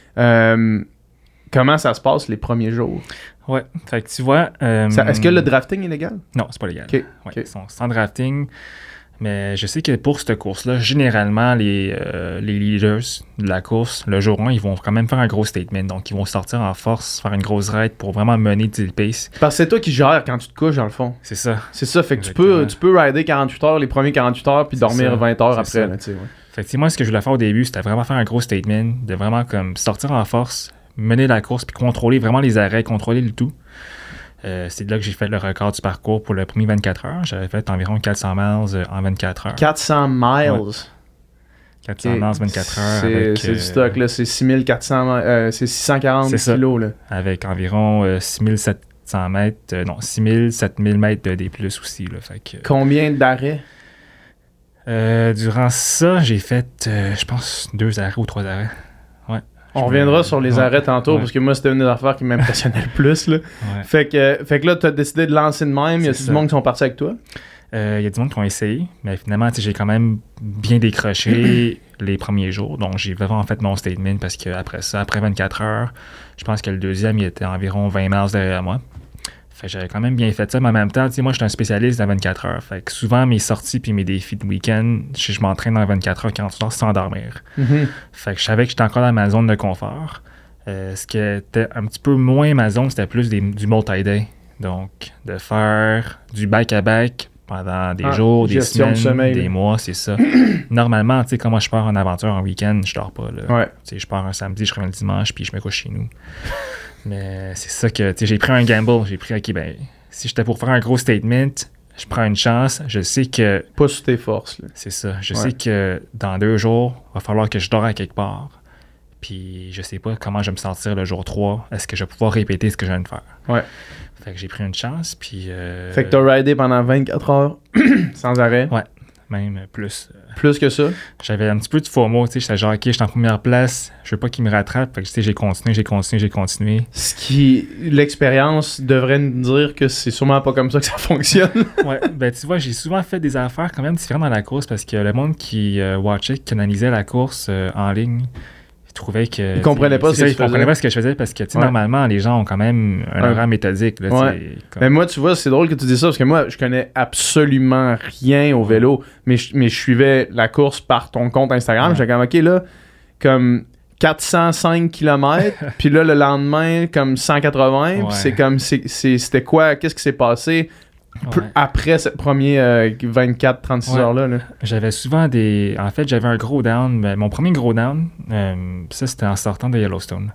[SPEAKER 1] Euh, comment ça se passe les premiers jours?
[SPEAKER 2] Ouais, fait que tu vois... Euh,
[SPEAKER 1] ça, est-ce que le drafting est légal?
[SPEAKER 2] Non, c'est pas légal.
[SPEAKER 1] Okay.
[SPEAKER 2] Ouais,
[SPEAKER 1] okay.
[SPEAKER 2] Ils sont sans drafting, mais je sais que pour cette course-là, généralement, les, euh, les leaders de la course, le jour un, ils vont quand même faire un gros statement. Donc, ils vont sortir en force, faire une grosse raid pour vraiment mener le pace.
[SPEAKER 1] Parce que c'est toi qui gères quand tu te couches, dans le fond.
[SPEAKER 2] C'est ça.
[SPEAKER 1] C'est ça, fait que tu peux, tu peux rider quarante-huit heures, les premiers quarante-huit heures, puis dormir
[SPEAKER 2] ça.
[SPEAKER 1] vingt heures
[SPEAKER 2] c'est
[SPEAKER 1] après. Là, ouais.
[SPEAKER 2] Fait que moi, ce que je voulais faire au début, c'était vraiment faire un gros statement, de vraiment comme sortir en force, mener la course, puis contrôler vraiment les arrêts, contrôler le tout. Euh, c'est là que j'ai fait le record du parcours pour le premier vingt-quatre heures. J'avais fait environ quatre cents miles en vingt-quatre heures.
[SPEAKER 1] quatre cents miles? Ouais.
[SPEAKER 2] quatre cents miles, vingt-quatre heures.
[SPEAKER 1] C'est,
[SPEAKER 2] avec,
[SPEAKER 1] c'est
[SPEAKER 2] euh,
[SPEAKER 1] du stock, là. C'est six mille quatre cents, euh, c'est six cent quarante
[SPEAKER 2] c'est
[SPEAKER 1] kilos, là.
[SPEAKER 2] Avec environ euh, six mille sept cents mètres, euh, non, six mille, sept mille mètres de D plus aussi, là. Fait que,
[SPEAKER 1] combien d'arrêts?
[SPEAKER 2] Euh, durant ça, j'ai fait, euh, je pense, deux arrêts ou trois arrêts. Ouais.
[SPEAKER 1] On reviendra sur les
[SPEAKER 2] ouais.
[SPEAKER 1] arrêts tantôt,
[SPEAKER 2] ouais.
[SPEAKER 1] parce que moi, c'était une des affaires qui m'impressionnait le plus. Là.
[SPEAKER 2] Ouais.
[SPEAKER 1] Fait, que, fait que là, tu as décidé de lancer de même. Il y a du monde qui sont partis avec toi?
[SPEAKER 2] Il euh, y a du monde qui ont essayé, mais finalement, j'ai quand même bien décroché les premiers jours. Donc, j'ai vraiment fait mon statement parce qu'après ça, après vingt-quatre heures, je pense que le deuxième, il était environ vingt miles derrière moi. Fait que j'avais quand même bien fait ça, mais en même temps, tu sais, moi, je suis un spécialiste dans vingt-quatre heures. Fait que souvent, mes sorties puis mes défis de week-end, je, je m'entraîne dans vingt-quatre heures, quarante-huit heures sans dormir.
[SPEAKER 1] Mm-hmm.
[SPEAKER 2] Fait que je savais que j'étais encore dans ma zone de confort. Euh, ce qui était un petit peu moins ma zone, c'était plus des, du multi-day. Donc, de faire du back-à-back pendant des ah, jours, des semaines, de sommeil, des oui. mois, c'est ça. Normalement, tu sais, quand moi je pars en aventure en week-end, je dors pas. Là.
[SPEAKER 1] Ouais.
[SPEAKER 2] Tu sais, je pars un samedi, je reviens le dimanche, puis je me couche chez nous. Mais c'est ça que, tu sais, j'ai pris un gamble. J'ai pris, OK, ben, si j'étais pour faire un gros statement, je prends une chance. Je sais que...
[SPEAKER 1] Pas sur tes forces. Là.
[SPEAKER 2] C'est ça. Je ouais. sais que dans deux jours, il va falloir que je dors à quelque part. Puis je sais pas comment je vais me sentir le jour trois. Est-ce que je vais pouvoir répéter ce que je viens de faire?
[SPEAKER 1] Ouais.
[SPEAKER 2] Fait que j'ai pris une chance, puis... Euh...
[SPEAKER 1] Fait que t'as ridé pendant vingt-quatre heures sans arrêt?
[SPEAKER 2] Ouais, même plus. Euh...
[SPEAKER 1] Plus que ça?
[SPEAKER 2] J'avais un petit peu de FOMO, tu sais, j'étais genre, OK, j'étais en première place, je veux pas qu'il me rattrape, fait que tu sais, j'ai continué, j'ai continué, j'ai continué.
[SPEAKER 1] Ce qui... L'expérience devrait nous dire que c'est sûrement pas comme ça que ça fonctionne.
[SPEAKER 2] Ouais, ben tu vois, j'ai souvent fait des affaires quand même différentes dans la course, parce que le monde qui euh, watchait, qui analysait la course euh, en ligne... trouvais que...
[SPEAKER 1] Ils comprenaient pas ce que
[SPEAKER 2] je comprenais pas ce que je faisais parce que, tu sais, ouais. normalement, les gens ont quand même un ouais. horaire méthodique. Là,
[SPEAKER 1] ouais.
[SPEAKER 2] comme...
[SPEAKER 1] Mais moi, tu vois, c'est drôle que tu dis ça parce que moi, je connais absolument rien au vélo, mais je, mais je suivais la course par ton compte Instagram. Ouais. J'étais comme, OK, là, comme quatre cent cinq kilomètres, puis là, le lendemain, comme cent quatre-vingts, ouais. puis c'est comme, c'est, c'est, c'était quoi, qu'est-ce qui s'est passé? Ouais. Après ce premier euh, vingt-quatre trente-six ouais. heures-là. Là.
[SPEAKER 2] J'avais souvent des... En fait, j'avais un gros down. Mais mon premier gros down, euh, ça, c'était en sortant de Yellowstone.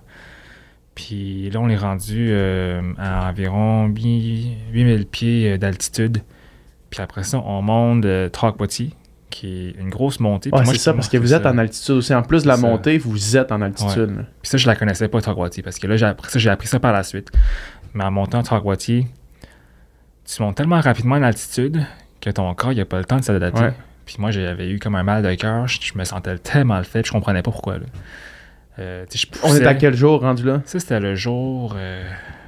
[SPEAKER 2] Puis là, on est rendu euh, à environ huit mille pieds d'altitude. Puis après ça, on monte euh, Trois-Poitiers, qui est une grosse montée.
[SPEAKER 1] Ouais,
[SPEAKER 2] moi,
[SPEAKER 1] c'est ça, parce que vous ça. êtes en altitude aussi. En plus de la ça. montée, vous êtes en altitude. Ouais.
[SPEAKER 2] Puis ça, je la connaissais pas, Trois-Poitiers, parce que là, j'ai appris ça, j'ai appris ça par la suite. Mais en montant Trois-Poitiers, tu montes tellement rapidement en altitude que ton corps, il n'a pas le temps de s'adapter. Ouais. Puis moi, j'avais eu comme un mal de cœur. Je, je me sentais tellement mal fait. Je comprenais pas pourquoi. Là. Euh, je poussais.
[SPEAKER 1] On est à quel jour rendu là?
[SPEAKER 2] Ça, c'était le jour... Euh...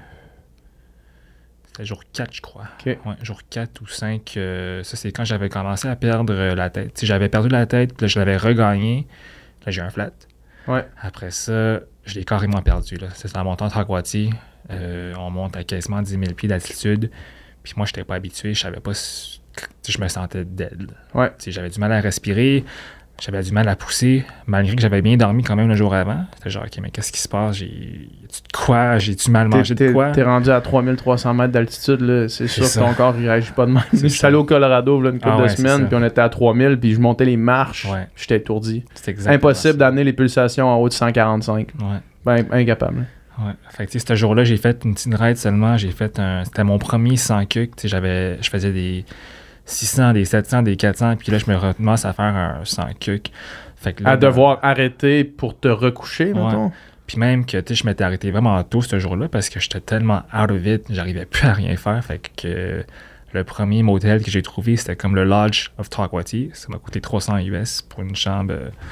[SPEAKER 2] C'était le jour quatre, je crois.
[SPEAKER 1] Okay.
[SPEAKER 2] Ouais, jour quatre ou cinq. Euh... Ça, c'est quand j'avais commencé à perdre la tête. T'sais, j'avais perdu la tête, puis là, je l'avais regagné. Là, j'ai un flat.
[SPEAKER 1] Ouais.
[SPEAKER 2] Après ça, je l'ai carrément perdu. Là. C'est en montant Trois-Poitiers. Euh, on monte à quasiment dix mille pieds d'altitude. Puis moi, je n'étais pas habitué, je savais pas si... Je me sentais dead.
[SPEAKER 1] Ouais.
[SPEAKER 2] J'avais du mal à respirer, j'avais du mal à pousser, malgré que j'avais bien dormi quand même le jour avant. C'était genre, OK, mais qu'est-ce qui se passe? J'ai... Y a-tu de quoi? J'ai-tu mal mangé de quoi?
[SPEAKER 1] T'es rendu à trois mille trois cents mètres d'altitude, là. C'est, c'est sûr ça. Que ton corps, il réagit pas de même. Je suis allé au Colorado, là, une couple ah, ouais, de semaines, puis on était à trois mille, puis je montais les marches, ouais. J'étais étourdi. C'est impossible d'amener les pulsations en haut de cent quarante-cinq.
[SPEAKER 2] Ouais.
[SPEAKER 1] Ben, incapable.
[SPEAKER 2] Ouais. Fait que, ce jour-là, j'ai fait une petite ride seulement. J'ai fait un... C'était mon premier cent cucs. J'avais... Je faisais des six cents, des sept cents, des quatre cents. Puis là, je me recommence à faire un cent cucs. Fait que là,
[SPEAKER 1] à devoir ben... arrêter pour te recoucher, mettons.
[SPEAKER 2] Ouais. Puis même que je m'étais arrêté vraiment tôt ce jour-là parce que j'étais tellement out of it. J'arrivais plus à rien faire. Fait que le premier motel que j'ai trouvé, c'était comme le Lodge of Trois-Poitiers. Ça m'a coûté trois cents U S pour une chambre...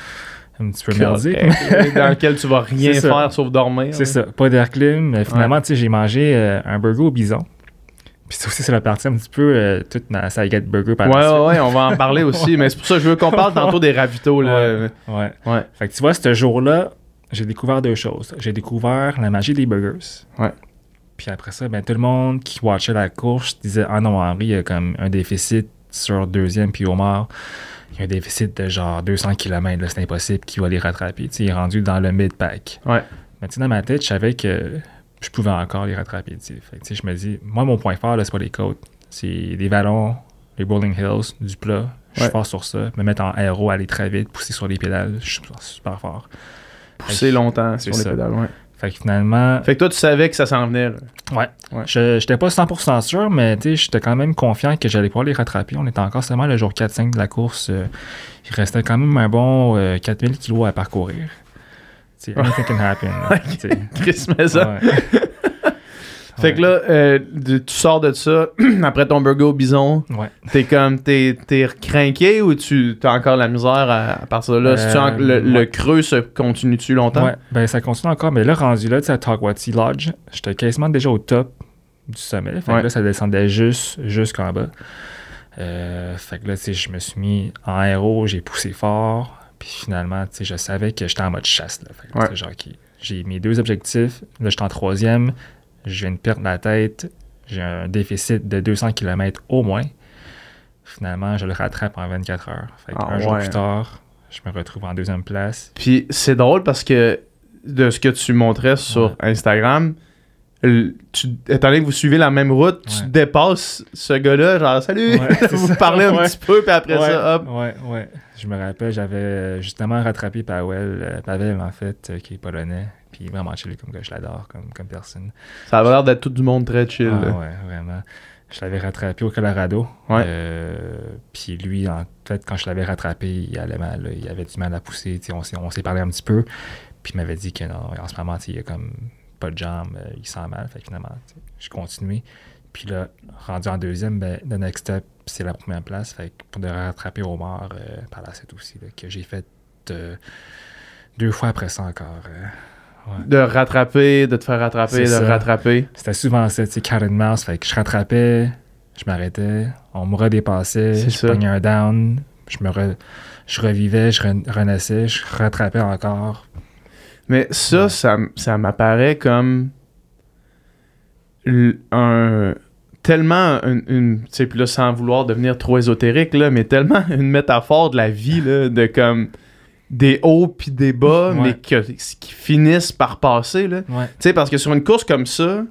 [SPEAKER 2] un petit peu merdique.
[SPEAKER 1] Dans lequel tu vas rien faire sauf dormir.
[SPEAKER 2] C'est ouais. ça, pas d'air clim. Mais finalement, ouais. tu sais, j'ai mangé euh, un burger au bison. Puis ça aussi, c'est la partie un petit peu euh, toute ma saillette burger par
[SPEAKER 1] ouais,
[SPEAKER 2] la suite.
[SPEAKER 1] Ouais, ouais, on va en parler aussi. Mais c'est pour ça que je veux qu'on parle tantôt des ravitaux. Là.
[SPEAKER 2] Ouais, ouais. ouais. Fait que tu vois, ce jour-là, j'ai découvert deux choses. J'ai découvert la magie des burgers.
[SPEAKER 1] Ouais.
[SPEAKER 2] Puis après ça, ben, tout le monde qui watchait la course disait « Ah non, Henri, il y a comme un déficit sur deuxième puis Omar. » Il y a un déficit de genre deux cents kilomètres, là, c'est impossible qu'il va les rattraper. T'sais, il est rendu dans le mid-pack.
[SPEAKER 1] Ouais.
[SPEAKER 2] Mais dans ma tête, je savais que je pouvais encore les rattraper. Fait que, je me dis, moi, mon point fort, là, c'est pas les côtes. C'est les vallons, les rolling hills, du plat. Je suis ouais. fort sur ça. Me mettre en aéro, aller très vite, pousser sur les pédales. Je suis super fort.
[SPEAKER 1] Pousser que, longtemps sur les ça. pédales, ouais.
[SPEAKER 2] Fait que finalement...
[SPEAKER 1] Fait que toi, tu savais que ça s'en venait. Là.
[SPEAKER 2] Ouais. ouais. Je j'étais pas cent pour cent sûr, mais j'étais quand même confiant que j'allais pouvoir les rattraper. On était encore seulement le jour quatre cinq de la course. Euh, il restait quand même un bon euh, quatre mille kilos à parcourir. T'sais, anything can happen.
[SPEAKER 1] Chris Maison. Fait ouais. que là, euh, tu sors de ça, après ton burger au bison,
[SPEAKER 2] ouais.
[SPEAKER 1] t'es comme, t'es, t'es craqué ou tu as encore la misère à, à partir de là? Euh, en, le, ouais. le creux se continue-tu longtemps?
[SPEAKER 2] Ouais, ben ça continue encore, mais là, rendu là, tu sais, à Trois-Poitiers Lodge, j'étais quasiment déjà au top du sommet. Fait ouais. que là, ça descendait juste jusqu'en bas. Euh, fait que là, tu sais, je me suis mis en aéro, j'ai poussé fort, puis finalement, tu sais, je savais que j'étais en mode chasse. Là. Fait que,
[SPEAKER 1] ouais.
[SPEAKER 2] genre, okay, j'ai mes deux objectifs, là, j'étais en troisième. Je viens de perdre la tête. j'ai un déficit de deux cents kilomètres au moins. Finalement, je le rattrape en vingt-quatre heures. Fait
[SPEAKER 1] Ah,
[SPEAKER 2] un jour
[SPEAKER 1] ouais.
[SPEAKER 2] plus tard, je me retrouve en deuxième place.
[SPEAKER 1] Puis c'est drôle parce que de ce que tu montrais sur
[SPEAKER 2] Ouais.
[SPEAKER 1] Instagram, le- tu, étant donné que vous suivez la même route, tu
[SPEAKER 2] Ouais.
[SPEAKER 1] dépasses ce gars-là, genre salut,
[SPEAKER 2] Ouais, c'est
[SPEAKER 1] vous
[SPEAKER 2] ça.
[SPEAKER 1] parlez un
[SPEAKER 2] Ouais.
[SPEAKER 1] petit peu, puis après
[SPEAKER 2] ouais,
[SPEAKER 1] ça, hop.
[SPEAKER 2] Ouais, ouais. Je me rappelle, j'avais euh, justement rattrapé Paweł, euh, Paweł en fait, euh, qui est polonais. Puis vraiment chill comme gars, je l'adore comme, comme personne.
[SPEAKER 1] Ça avait l'air d'être tout du monde très chill.
[SPEAKER 2] Ah,
[SPEAKER 1] là.
[SPEAKER 2] ouais, vraiment. Je l'avais rattrapé au Colorado.
[SPEAKER 1] Ouais.
[SPEAKER 2] Euh, puis lui, en fait, quand je l'avais rattrapé, il allait mal. Là. Il avait du mal à pousser. Tu sais, On s'est, on s'est parlé un petit peu. Puis il m'avait dit que non, en ce moment, tu sais, il a comme pas de jambes, euh, il sent mal. Fait que finalement, tu sais, je continué. Puis là, rendu en deuxième, ben, le next step, c'est la première place. Fait que pour de rattraper au mort euh, par la suite aussi, là, que j'ai fait euh, deux fois après ça encore. euh, ouais.
[SPEAKER 1] De rattraper, de te faire rattraper,
[SPEAKER 2] C'est
[SPEAKER 1] de
[SPEAKER 2] ça.
[SPEAKER 1] rattraper.
[SPEAKER 2] C'était souvent ça, tu sais, cat and mouse. Fait que je rattrapais, je m'arrêtais, on me redépassait,
[SPEAKER 1] C'est
[SPEAKER 2] je
[SPEAKER 1] ça.
[SPEAKER 2] pognais un down, je me re- je revivais, je re- renaissais, je rattrapais encore.
[SPEAKER 1] Mais ça,
[SPEAKER 2] Ouais.
[SPEAKER 1] ça, m- ça m'apparaît comme l- un tellement une, une tu sais, puis là sans vouloir devenir trop ésotérique là, mais tellement une métaphore de la vie là, de comme des hauts puis des bas,
[SPEAKER 2] Ouais.
[SPEAKER 1] mais que, qui finissent par passer là.
[SPEAKER 2] Ouais.
[SPEAKER 1] Tu sais, parce que sur une course comme ça,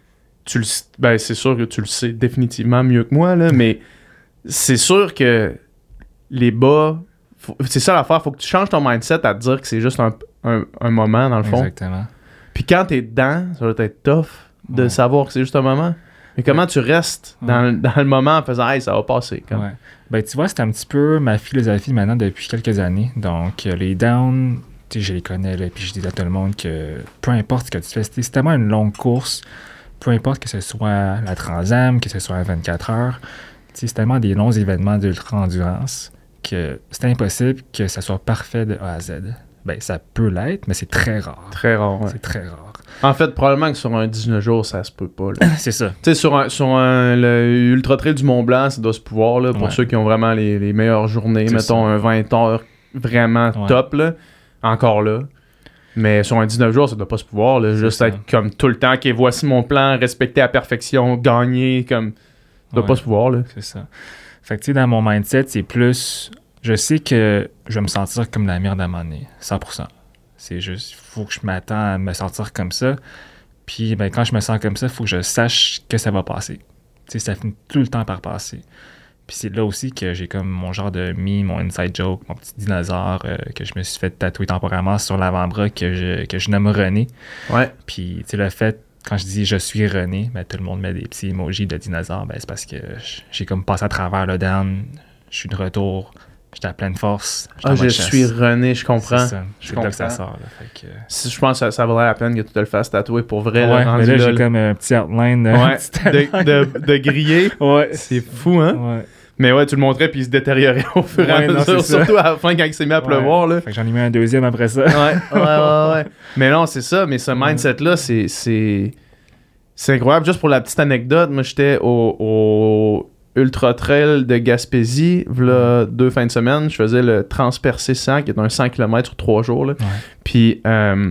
[SPEAKER 1] tu le, s- ben c'est sûr que tu le sais définitivement mieux que moi là, mais c'est sûr que les bas, faut- c'est ça l'affaire, faut que tu changes ton mindset à te dire que c'est juste un, un, un moment dans le fond.
[SPEAKER 2] Exactement.
[SPEAKER 1] Puis quand t'es dedans, ça doit être tough de
[SPEAKER 2] Ouais.
[SPEAKER 1] savoir que c'est juste un moment. Mais comment tu restes dans,
[SPEAKER 2] Ouais.
[SPEAKER 1] le- dans le moment en faisant « Hey, ça va passer. » comme.
[SPEAKER 2] Ouais. Ben, tu vois, c'est un petit peu ma philosophie maintenant depuis quelques années. Donc, euh, les downs, tu sais, je les connais, là, puis je dis à tout le monde que peu importe ce que tu fais, c'est c'est tellement une longue course, peu importe que ce soit la Trans-Am, que ce soit à vingt-quatre heures, tu sais, c'est tellement des longs événements d'ultra-endurance que c'est impossible que ça soit parfait de A à Z. Ben, ça peut l'être, mais c'est très rare.
[SPEAKER 1] Très rare, ouais.
[SPEAKER 2] C'est très rare.
[SPEAKER 1] En fait, probablement que sur un dix-neuf jours, ça se peut pas. là.
[SPEAKER 2] C'est ça.
[SPEAKER 1] Tu sais, sur, un, sur un, le Ultra Trail du Mont-Blanc, ça doit se pouvoir, là, pour
[SPEAKER 2] Ouais.
[SPEAKER 1] ceux qui ont vraiment les, les meilleures journées.
[SPEAKER 2] C'est
[SPEAKER 1] Mettons
[SPEAKER 2] ça.
[SPEAKER 1] un vingt heures vraiment
[SPEAKER 2] Ouais.
[SPEAKER 1] top, là. Encore là. Mais sur un dix-neuf jours, ça doit pas se pouvoir, là. Juste
[SPEAKER 2] ça.
[SPEAKER 1] être comme tout le temps, OK, voici mon plan, respecter à perfection, gagner, comme... Ça doit
[SPEAKER 2] Ouais.
[SPEAKER 1] pas se pouvoir, là.
[SPEAKER 2] C'est ça. Fait que, tu sais, dans mon mindset, c'est plus... Je sais que je vais me sentir comme la merde à un moment donné, cent pour cent. C'est juste, il faut que je m'attends à me sentir comme ça. Puis, ben, quand je me sens comme ça, il faut que je sache que ça va passer. Tu sais, ça finit tout le temps par passer. Puis c'est là aussi que j'ai comme mon genre de meme, mon inside joke, mon petit dinosaure euh, que je me suis fait tatouer temporairement sur l'avant-bras que je, que je nomme René.
[SPEAKER 1] Ouais.
[SPEAKER 2] Puis, tu sais, le fait, quand je dis « je suis René », ben, tout le monde met des petits emojis de dinosaure. Ben, c'est parce que j'ai comme passé à travers le down. Je suis de retour. J'étais à pleine force. j'étais
[SPEAKER 1] Ah,
[SPEAKER 2] en
[SPEAKER 1] je
[SPEAKER 2] mode chasse.
[SPEAKER 1] suis René, je comprends.
[SPEAKER 2] C'est ça.
[SPEAKER 1] Je
[SPEAKER 2] C'est là que ça
[SPEAKER 1] comprends.
[SPEAKER 2] sort. Là. Fait que, euh,
[SPEAKER 1] Si- Je pense que ça, ça vaudrait la peine que tu te le fasses tatouer pour vrai. là,
[SPEAKER 2] ouais,
[SPEAKER 1] rendu
[SPEAKER 2] mais là,
[SPEAKER 1] là,
[SPEAKER 2] j'ai
[SPEAKER 1] là.
[SPEAKER 2] comme un petit outline. euh,
[SPEAKER 1] Ouais,
[SPEAKER 2] petit outline.
[SPEAKER 1] de, de, de griller.
[SPEAKER 2] Ouais.
[SPEAKER 1] C'est fou, hein?
[SPEAKER 2] Ouais.
[SPEAKER 1] Mais ouais, tu le montrais puis il se détériorait au fur et à
[SPEAKER 2] Ouais, non,
[SPEAKER 1] mesure.
[SPEAKER 2] c'est ça.
[SPEAKER 1] Surtout à la fin quand il s'est mis à pleuvoir, là.
[SPEAKER 2] Fait que j'en ai mis un deuxième après ça.
[SPEAKER 1] Ouais, ouais, ouais, ouais. Mais non, c'est ça. Mais ce mindset-là, c'est, c'est, c'est incroyable. Juste pour la petite anecdote, moi, j'étais au, au Ultra Trail de Gaspésie, v'là deux fins de semaine. Je faisais le Transpercé cent, qui est un cent kilomètres sur trois jours, là.
[SPEAKER 2] Ouais.
[SPEAKER 1] Puis euh,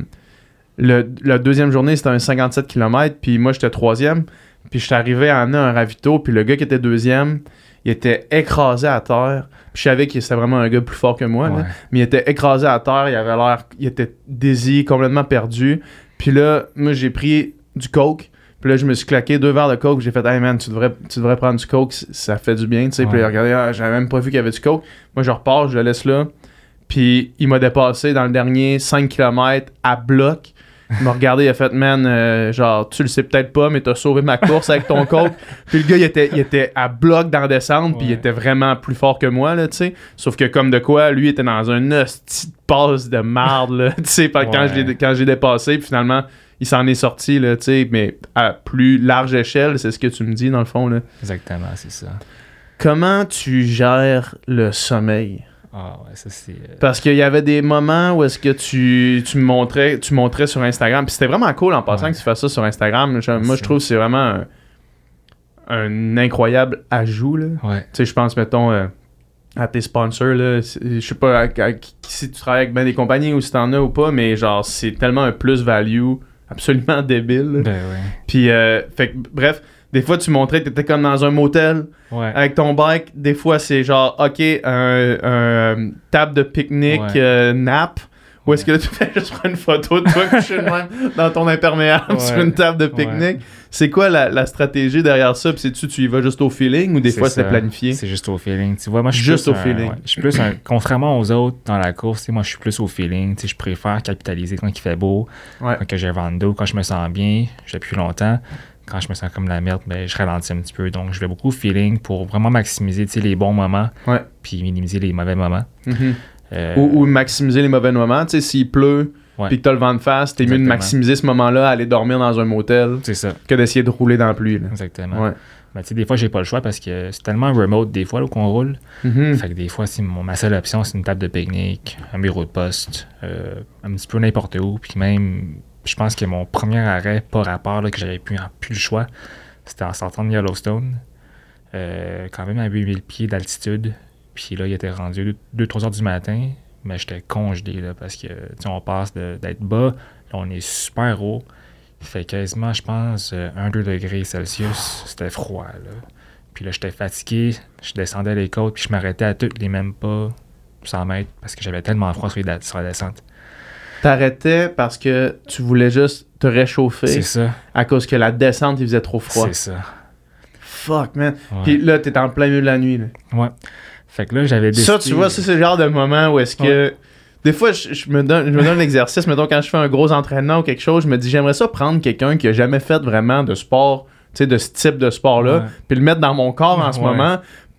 [SPEAKER 1] le, la deuxième journée, c'était un cinquante-sept kilomètres. Puis moi, j'étais troisième. Puis j'étais arrivé à amener un ravito. Puis le gars qui était deuxième, il était écrasé à terre. Puis je savais que c'était vraiment un gars plus fort que moi, là.
[SPEAKER 2] Ouais.
[SPEAKER 1] Mais il était écrasé à terre, il avait l'air, il était désir, complètement perdu. Puis là, moi j'ai pris du coke, puis là je me suis claqué deux verres de coke, j'ai fait « Hey man, tu devrais, tu devrais prendre du coke, c- ça fait du bien, tu sais. Puis
[SPEAKER 2] Ouais.
[SPEAKER 1] il a regardé, ah, j'avais même pas vu qu'il y avait du coke. Moi je repars, je le laisse là. Puis il m'a dépassé dans le dernier cinq kilomètres à bloc. Il m'a regardé, il a fait « Man, euh, genre, tu le sais peut-être pas, mais t'as sauvé ma course avec ton coke. » Puis le gars, il était, il était à bloc dans la descente, puis il
[SPEAKER 2] Ouais.
[SPEAKER 1] était vraiment plus fort que moi, là, tu sais. Sauf que comme de quoi, lui, il était dans un hostie de passe de marde, là, tu sais, quand
[SPEAKER 2] Ouais.
[SPEAKER 1] je l'ai- quand j'ai dépassé, puis finalement, il s'en est sorti, là, tu sais, mais à plus large échelle, c'est ce que tu me dis, dans le fond, là.
[SPEAKER 2] Exactement, c'est ça.
[SPEAKER 1] Comment tu gères le sommeil?
[SPEAKER 2] Ah ouais, ça c'est... euh,
[SPEAKER 1] Parce qu'il y avait des moments où est-ce que tu, tu me montrais, tu montrais sur Instagram. Puis c'était vraiment cool en passant
[SPEAKER 2] Ouais.
[SPEAKER 1] que tu fasses ça sur Instagram. Je- moi,
[SPEAKER 2] Merci.
[SPEAKER 1] je trouve que c'est vraiment un, un incroyable ajout, là.
[SPEAKER 2] Ouais.
[SPEAKER 1] Tu sais, je pense, mettons, euh, à tes sponsors, là. c'est- Je sais pas à- à- si tu travailles avec ben des compagnies ou si t'en as ou pas, mais genre, c'est tellement un plus-value absolument débile. Là.
[SPEAKER 2] Ben ouais.
[SPEAKER 1] Puis, euh, fait que, bref, des fois, tu montrais que t'étais comme dans un motel
[SPEAKER 2] Ouais.
[SPEAKER 1] avec ton bike. Des fois, c'est genre, OK, un, un table de pique-nique,
[SPEAKER 2] Ouais.
[SPEAKER 1] euh, nap. Ou est-ce que là, tu fais juste prendre une photo de toi couché de même dans ton imperméable
[SPEAKER 2] Ouais.
[SPEAKER 1] sur une table de pique-nique?
[SPEAKER 2] Ouais.
[SPEAKER 1] C'est quoi la, la stratégie derrière ça? Puis c'est-tu, tu y vas juste au feeling ou des
[SPEAKER 2] C'est
[SPEAKER 1] fois,
[SPEAKER 2] ça.
[SPEAKER 1] c'est planifié?
[SPEAKER 2] C'est juste au feeling. Tu vois, moi, je suis
[SPEAKER 1] Juste
[SPEAKER 2] plus
[SPEAKER 1] au
[SPEAKER 2] un-
[SPEAKER 1] feeling.
[SPEAKER 2] ouais, je suis plus un... Contrairement aux autres dans la course, tu sais, moi, je suis plus au feeling. Tu sais, je préfère capitaliser quand il fait beau,
[SPEAKER 1] Ouais.
[SPEAKER 2] quand que j'ai un vent d'eau, quand je me sens bien, j'ai plus longtemps. Quand je me sens comme la merde, ben, je ralentis un petit peu. Donc, je vais beaucoup au feeling pour vraiment maximiser, tu sais, les bons moments,
[SPEAKER 1] Ouais.
[SPEAKER 2] puis minimiser les mauvais moments.
[SPEAKER 1] Mhm.
[SPEAKER 2] Euh,
[SPEAKER 1] Ou, ou maximiser les mauvais moments. Tu sais, s'il pleut
[SPEAKER 2] Ouais.
[SPEAKER 1] puis que t'as le vent de face, t'es mieux de
[SPEAKER 2] Exactement.
[SPEAKER 1] maximiser ce moment-là, aller dormir dans un motel
[SPEAKER 2] C'est ça,
[SPEAKER 1] que d'essayer de rouler dans la pluie. Là.
[SPEAKER 2] exactement.
[SPEAKER 1] Ouais.
[SPEAKER 2] Ben, tu sais, des fois, j'ai pas le choix parce que c'est tellement remote des fois là, qu'on roule.
[SPEAKER 1] Mhm.
[SPEAKER 2] Fait que des fois, si mon, ma seule option, c'est une table de pique-nique, un bureau de poste, euh, un petit peu n'importe où. Puis même, je pense que mon premier arrêt, pas rapport, là, que j'avais plus, plus le choix, c'était en sortant de Yellowstone, euh, quand même à huit mille pieds d'altitude. Puis là, il était rendu deux trois heures du matin, mais j'étais congelé là, parce que tu sais, on passe de- d'être bas, là, on est super haut. Il fait quasiment, je pense, un deux degrés Celsius. C'était froid, là. Puis là, j'étais fatigué, je descendais les côtes, puis je m'arrêtais à toutes les mêmes pas, cent mètres, parce que j'avais tellement froid sur, les, sur la descente.
[SPEAKER 1] T'arrêtais parce que tu voulais juste te réchauffer
[SPEAKER 2] C'est ça,
[SPEAKER 1] à cause que la descente, il faisait trop froid.
[SPEAKER 2] c'est ça.
[SPEAKER 1] Fuck, man.
[SPEAKER 2] Ouais.
[SPEAKER 1] Puis là, t'es en plein milieu de la nuit. Là.
[SPEAKER 2] Ouais. Fait que là, j'avais décidé...
[SPEAKER 1] Ça, tu vois, ça, c'est le genre de moment où est-ce que... Des fois, je, je me donne, je me donne l'exercice, mettons, quand je fais un gros entraînement ou quelque chose, je me dis, j'aimerais ça prendre quelqu'un qui a jamais fait vraiment de sport, tu sais, de ce type de sport-là,
[SPEAKER 2] Ouais.
[SPEAKER 1] puis le mettre dans mon corps en ce
[SPEAKER 2] Ouais.
[SPEAKER 1] moment,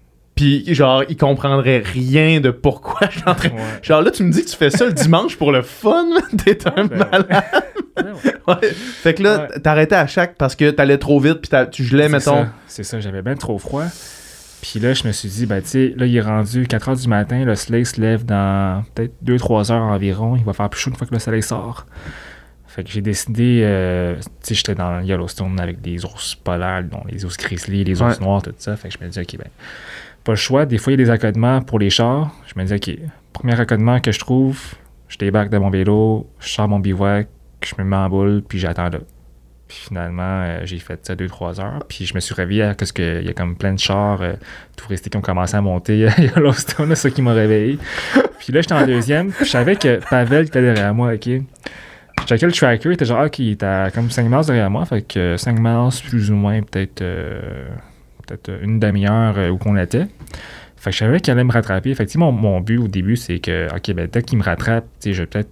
[SPEAKER 1] puis genre, il comprendrait rien de pourquoi je suis en train...
[SPEAKER 2] Ouais.
[SPEAKER 1] Genre là, tu me dis que tu fais ça le dimanche pour le fun, man. T'es un
[SPEAKER 2] Ben,
[SPEAKER 1] malade.
[SPEAKER 2] ouais.
[SPEAKER 1] Ouais. Fait que là,
[SPEAKER 2] Ouais.
[SPEAKER 1] t'arrêtais à chaque parce que t'allais trop vite, puis t'as- tu gelais,
[SPEAKER 2] C'est
[SPEAKER 1] mettons.
[SPEAKER 2] ça, c'est ça, j'avais bien trop froid. Puis là, je me suis dit, ben, tu sais, là, il est rendu quatre heures du matin, le soleil se lève dans peut-être deux trois heures environ. Il va faire plus chaud une fois que le soleil sort. Fait que j'ai décidé, euh, tu sais, j'étais dans Yellowstone avec des ours polaires, dont les ours grizzly, les ours
[SPEAKER 1] Ouais.
[SPEAKER 2] noirs, tout ça. Fait que je me dis, OK, ben, pas le choix. Des fois, il y a des accotements pour les chars. Je me dis, OK, premier accotement que je trouve, je débarque de mon vélo, je sors mon bivouac, je me mets en boule, puis j'attends là. Puis finalement, euh, j'ai fait ça deux trois heures. Puis je me suis réveillé parce qu'il y a comme plein de chars euh, touristiques qui ont commencé à monter à Yellowstone, c'est ça qui m'a réveillé. Puis là, j'étais en deuxième. Puis je savais que Pavel était derrière moi, OK. Je checkais le tracker, il était genre, OK, il était à comme cinq miles derrière moi. Fait que cinq miles, plus ou moins, peut-être euh, peut-être une demi-heure euh, où qu'on était. Fait que je savais qu'il allait me rattraper. Effectivement, mon, mon but au début, c'est que, OK, ben, dès qu'il me rattrape, tu sais, je vais peut-être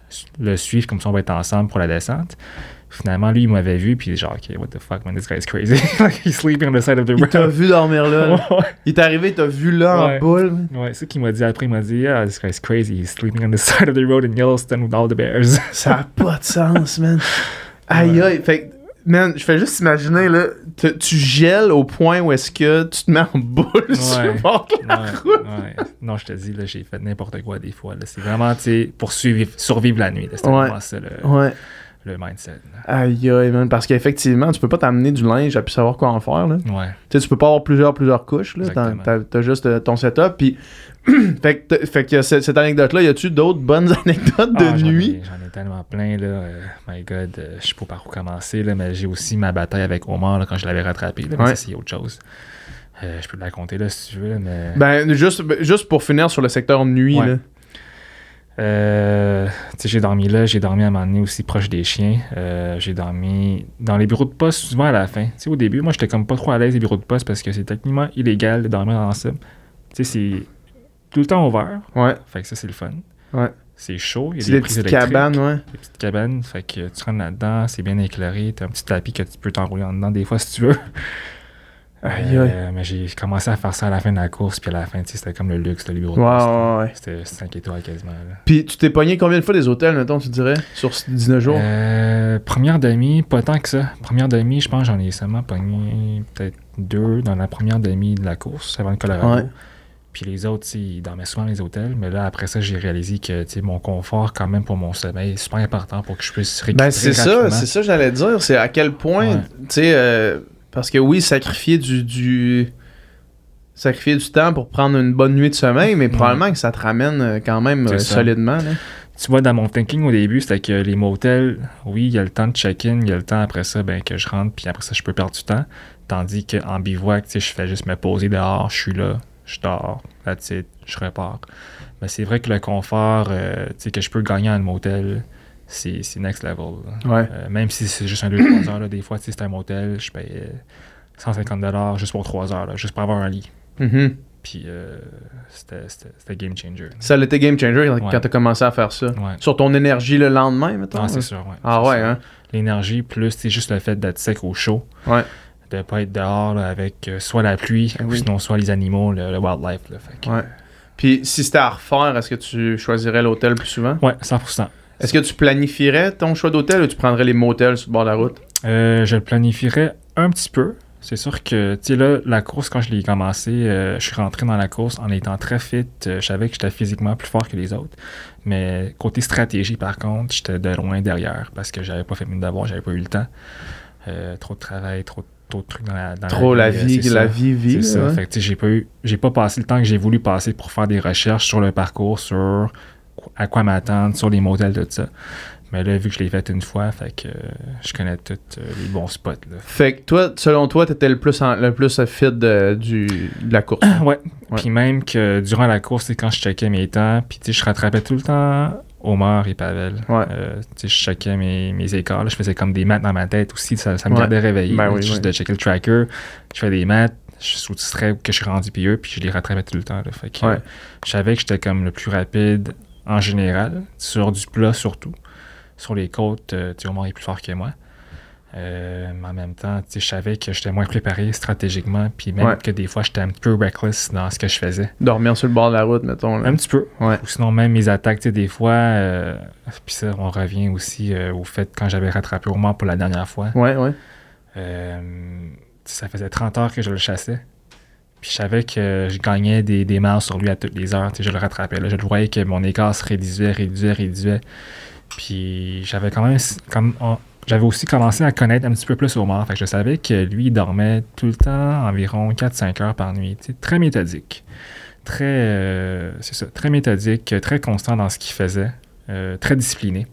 [SPEAKER 2] le suivre comme ça, on va être ensemble pour la descente. Finalement, lui, il m'avait vu, puis genre, OK, what the fuck, man, this guy's crazy. Like, he's sleeping on the side of the
[SPEAKER 1] Il
[SPEAKER 2] road.
[SPEAKER 1] t'a vu dormir là.
[SPEAKER 2] Ouais,
[SPEAKER 1] Il est arrivé, il t'a vu là
[SPEAKER 2] Ouais.
[SPEAKER 1] en boule.
[SPEAKER 2] ouais, c'est ce qu'il m'a dit après. Il m'a dit, yeah, this guy's crazy. He's sleeping on the side of the road in Yellowstone with all the bears.
[SPEAKER 1] Ça a pas de sens, man. Aïe, aïe. Fait que, man, je fais juste imaginer, là, te- tu gèles au point où est-ce que tu te mets en boule sur le bord de la
[SPEAKER 2] Ouais,
[SPEAKER 1] route.
[SPEAKER 2] ouais. Non, je te dis, là, j'ai fait n'importe quoi des fois. Là. C'est vraiment, tu sais, pour survivre, survivre la nuit. là. C'était
[SPEAKER 1] Ouais.
[SPEAKER 2] vraiment ça, le,
[SPEAKER 1] Ouais.
[SPEAKER 2] le mindset. là.
[SPEAKER 1] Aïe, aïe, man. Parce qu'effectivement, tu peux pas t'amener du linge à plus savoir quoi en faire, là.
[SPEAKER 2] Ouais.
[SPEAKER 1] Tu sais, tu peux pas avoir plusieurs, plusieurs couches, là. T'as,
[SPEAKER 2] Exactement.
[SPEAKER 1] t'as- t'as juste euh, ton setup, puis... fait que, t'as- fait que cette, cette anecdote-là, y a-tu d'autres bonnes anecdotes de
[SPEAKER 2] Ah, j'en ai-
[SPEAKER 1] nuit?
[SPEAKER 2] J'en ai tellement plein, là. Euh, my God, euh, je sais pas par où commencer, là, mais j'ai aussi ma bataille avec Omar, là, quand je l'avais rattrapé, là, mais
[SPEAKER 1] Ouais.
[SPEAKER 2] ça, c'est autre chose. Euh, je peux te la compter, là, si tu veux, là, mais...
[SPEAKER 1] Ben, juste, juste pour finir sur le secteur nuit,
[SPEAKER 2] Ouais.
[SPEAKER 1] là.
[SPEAKER 2] Euh, tu sais, j'ai dormi là, j'ai dormi à un moment donné aussi proche des chiens. Euh, j'ai dormi dans les bureaux de poste souvent à la fin. Tu sais, au début, moi, j'étais comme pas trop à l'aise les bureaux de poste parce que c'est techniquement illégal de dormir dans ça. Tu sais, c'est tout le temps ouvert.
[SPEAKER 1] Ouais.
[SPEAKER 2] Fait que ça, c'est le fun.
[SPEAKER 1] Ouais.
[SPEAKER 2] C'est chaud. Il y a
[SPEAKER 1] C'est
[SPEAKER 2] des
[SPEAKER 1] des
[SPEAKER 2] prises
[SPEAKER 1] petites
[SPEAKER 2] électriques.
[SPEAKER 1] cabanes, ouais.
[SPEAKER 2] Des petites cabanes. Fait que tu rentres là-dedans, c'est bien éclairé. T'as un petit tapis que tu peux t'enrouler en dedans des fois si tu veux.
[SPEAKER 1] Aïe,
[SPEAKER 2] Euh, mais j'ai commencé à faire ça à la fin de la course, puis à la fin, tu sais, c'était comme le luxe, là, les bureaux de
[SPEAKER 1] Ouais,
[SPEAKER 2] poste.
[SPEAKER 1] ouais, ouais.
[SPEAKER 2] C'était cinq étoiles quasiment. Là.
[SPEAKER 1] Puis tu t'es pogné combien de fois des hôtels, mettons, tu dirais, sur dix-neuf jours?
[SPEAKER 2] Euh, première demi, pas tant que ça. Première demi, je pense que j'en ai seulement pogné peut-être deux dans la première demi de la course avant le Colorado.
[SPEAKER 1] Ouais.
[SPEAKER 2] Puis les autres, tu sais, ils dormaient souvent dans les hôtels. Mais là, après ça, j'ai réalisé que tu sais, mon confort, quand même, pour mon sommeil, est super important pour que je puisse récupérer
[SPEAKER 1] Ben c'est ça,
[SPEAKER 2] rapidement.
[SPEAKER 1] c'est ça que j'allais dire. C'est à quel point,
[SPEAKER 2] Ouais.
[SPEAKER 1] tu sais, euh, parce que oui, sacrifier du, du sacrifier du temps pour prendre une bonne nuit de sommeil, mais
[SPEAKER 2] Ouais.
[SPEAKER 1] probablement que ça te ramène euh, quand même
[SPEAKER 2] C'est
[SPEAKER 1] euh,
[SPEAKER 2] ça.
[SPEAKER 1] solidement. Là.
[SPEAKER 2] Tu tu vois, dans mon thinking au début, c'était que les motels, oui, il y a le temps de check-in, il y a le temps après ça, ben, que je rentre, puis après ça, je peux perdre du temps. Tandis qu'en bivouac, tu sais, je fais juste me poser dehors, je suis là, je dors, that's it, je repars. Mais c'est vrai que le confort, euh, tu sais, que je peux gagner en motel, c'est, c'est next level.
[SPEAKER 1] Ouais.
[SPEAKER 2] Euh, même si c'est juste un deux trois heures, là, des fois, tu sais, c'est un motel, je paye euh, cent cinquante dollars juste pour trois heures, là, juste pour avoir un lit.
[SPEAKER 1] Mm-hmm.
[SPEAKER 2] Puis euh, c'était, c'était, c'était game changer.
[SPEAKER 1] Ça l'était game changer quand
[SPEAKER 2] Ouais.
[SPEAKER 1] t'as commencé à faire ça.
[SPEAKER 2] Ouais.
[SPEAKER 1] Sur ton énergie le lendemain, mettons?
[SPEAKER 2] Ah, c'est sûr, ouais.
[SPEAKER 1] Ah
[SPEAKER 2] c'est
[SPEAKER 1] ouais,
[SPEAKER 2] sûr.
[SPEAKER 1] hein?
[SPEAKER 2] L'énergie, plus c'est juste le fait d'être sec au chaud.
[SPEAKER 1] Ouais.
[SPEAKER 2] De pas être dehors là, avec euh, soit la pluie,
[SPEAKER 1] Ah
[SPEAKER 2] ou
[SPEAKER 1] oui.
[SPEAKER 2] sinon soit les animaux, le, le wildlife. Là, fait que,
[SPEAKER 1] Ouais. Puis si c'était à refaire, est-ce que tu choisirais l'hôtel plus souvent?
[SPEAKER 2] ouais, cent pour cent.
[SPEAKER 1] Est-ce que tu planifierais ton choix d'hôtel ou tu prendrais les motels sur le bord de la route?
[SPEAKER 2] Euh, je le planifierais un petit peu. C'est sûr que, tu sais, là, la course, quand je l'ai commencé, euh, je suis rentré dans la course en étant très fit. Euh, je savais que j'étais physiquement plus fort que les autres. Mais côté stratégie, par contre, j'étais de loin derrière parce que j'avais pas fait mes devoirs, j'avais pas eu le temps. Euh, trop de travail, trop, trop de trucs dans la, dans
[SPEAKER 1] Trop la vie,
[SPEAKER 2] c'est
[SPEAKER 1] la
[SPEAKER 2] ça.
[SPEAKER 1] vie, vie.
[SPEAKER 2] C'est
[SPEAKER 1] là,
[SPEAKER 2] ça.
[SPEAKER 1] ouais.
[SPEAKER 2] Fait que, tu sais, j'ai pas eu, j'ai pas passé le temps que j'ai voulu passer pour faire des recherches sur le parcours, sur à quoi m'attendre, sur les modèles, tout ça. Mais là, vu que je l'ai fait une fois, fait que euh, je connais tous euh, les bons spots. Là.
[SPEAKER 1] Fait que toi, selon toi, t'étais le plus, en- le plus fit de, du, de la course.
[SPEAKER 2] Ouais.
[SPEAKER 1] Ouais.
[SPEAKER 2] Puis même que durant la course, c'est quand je checkais mes temps, puis tu sais, je rattrapais tout le temps Omar et Pavel.
[SPEAKER 1] Ouais.
[SPEAKER 2] Euh, tu sais, je checkais mes, mes écarts. Là, je faisais comme des maths dans ma tête aussi. Ça, ça me
[SPEAKER 1] Ouais.
[SPEAKER 2] gardait réveillé.
[SPEAKER 1] Ben
[SPEAKER 2] là,
[SPEAKER 1] oui,
[SPEAKER 2] juste
[SPEAKER 1] oui.
[SPEAKER 2] de checker le tracker. Je fais des maths. Je soustrais que je suis rendu pire, puis je les rattrapais tout le temps. Là. Fait que
[SPEAKER 1] Ouais.
[SPEAKER 2] euh, je savais que j'étais comme le plus rapide en général, sur du plat surtout. Sur les côtes, euh, tu sais, Omar est plus fort que moi. Euh, mais en même temps, tu sais, je savais que j'étais moins préparé stratégiquement, puis même
[SPEAKER 1] Ouais.
[SPEAKER 2] que des fois, j'étais un petit peu reckless dans ce que je faisais.
[SPEAKER 1] Dormir sur le bord de la route, mettons. Là.
[SPEAKER 2] Un petit peu.
[SPEAKER 1] Ouais.
[SPEAKER 2] Ou sinon, même mes attaques, tu sais, des fois, euh, puis ça, on revient aussi euh, au fait quand j'avais rattrapé Omar pour la dernière fois.
[SPEAKER 1] Ouais, ouais.
[SPEAKER 2] Euh, ça faisait trente heures que je le chassais. Puis je savais que je gagnais des, des miles sur lui à toutes les heures. Tu sais, je le rattrapais. Là, je le voyais que mon écart se réduisait, réduisait, réduisait. Puis j'avais quand même... Comme, on- j'avais aussi commencé à connaître un petit peu plus Omar. Fait que je savais que lui, il dormait tout le temps environ quatre à cinq heures par nuit. Tu sais, très méthodique. Très... euh, c'est ça. Très méthodique, très constant dans ce qu'il faisait. Euh, très discipliné.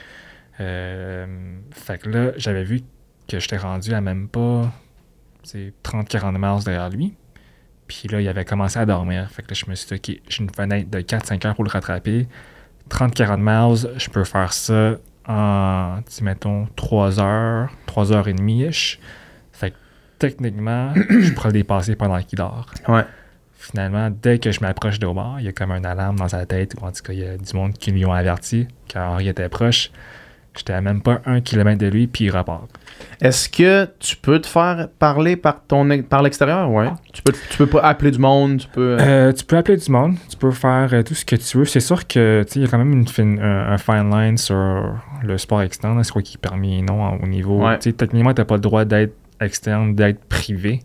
[SPEAKER 2] Euh, fait que là, j'avais vu que j'étais rendu à même pas trente à quarante miles derrière lui. Puis là, il avait commencé à dormir. Fait que là, je me suis dit, OK, j'ai une fenêtre de quatre à cinq heures pour le rattraper. trente à quarante miles, je peux faire ça en, dis, mettons, trois heures, trois heures et demie-ish. Fait que techniquement, je pourrais le dépasser pendant qu'il dort.
[SPEAKER 1] Ouais.
[SPEAKER 2] Finalement, dès que je m'approche d'Omar, il y a comme un alarme dans sa tête, ou en tout cas, il y a du monde qui lui ont averti quand Henri était proche. J'étais à même pas un kilomètre de lui, puis il repart.
[SPEAKER 1] Est-ce que tu peux te faire parler par ton par l'extérieur? Ouais. Tu peux, tu peux pas appeler du monde, tu peux...
[SPEAKER 2] Euh, tu peux appeler du monde, tu peux faire euh, tout ce que tu veux. C'est sûr que tu sais, il y a quand même une fine, un, un fine line sur le sport externe, c'est quoi qui est permis et non en- au niveau.
[SPEAKER 1] Ouais.
[SPEAKER 2] Tu sais, techniquement, tu n'as pas le droit d'être externe, d'être privé.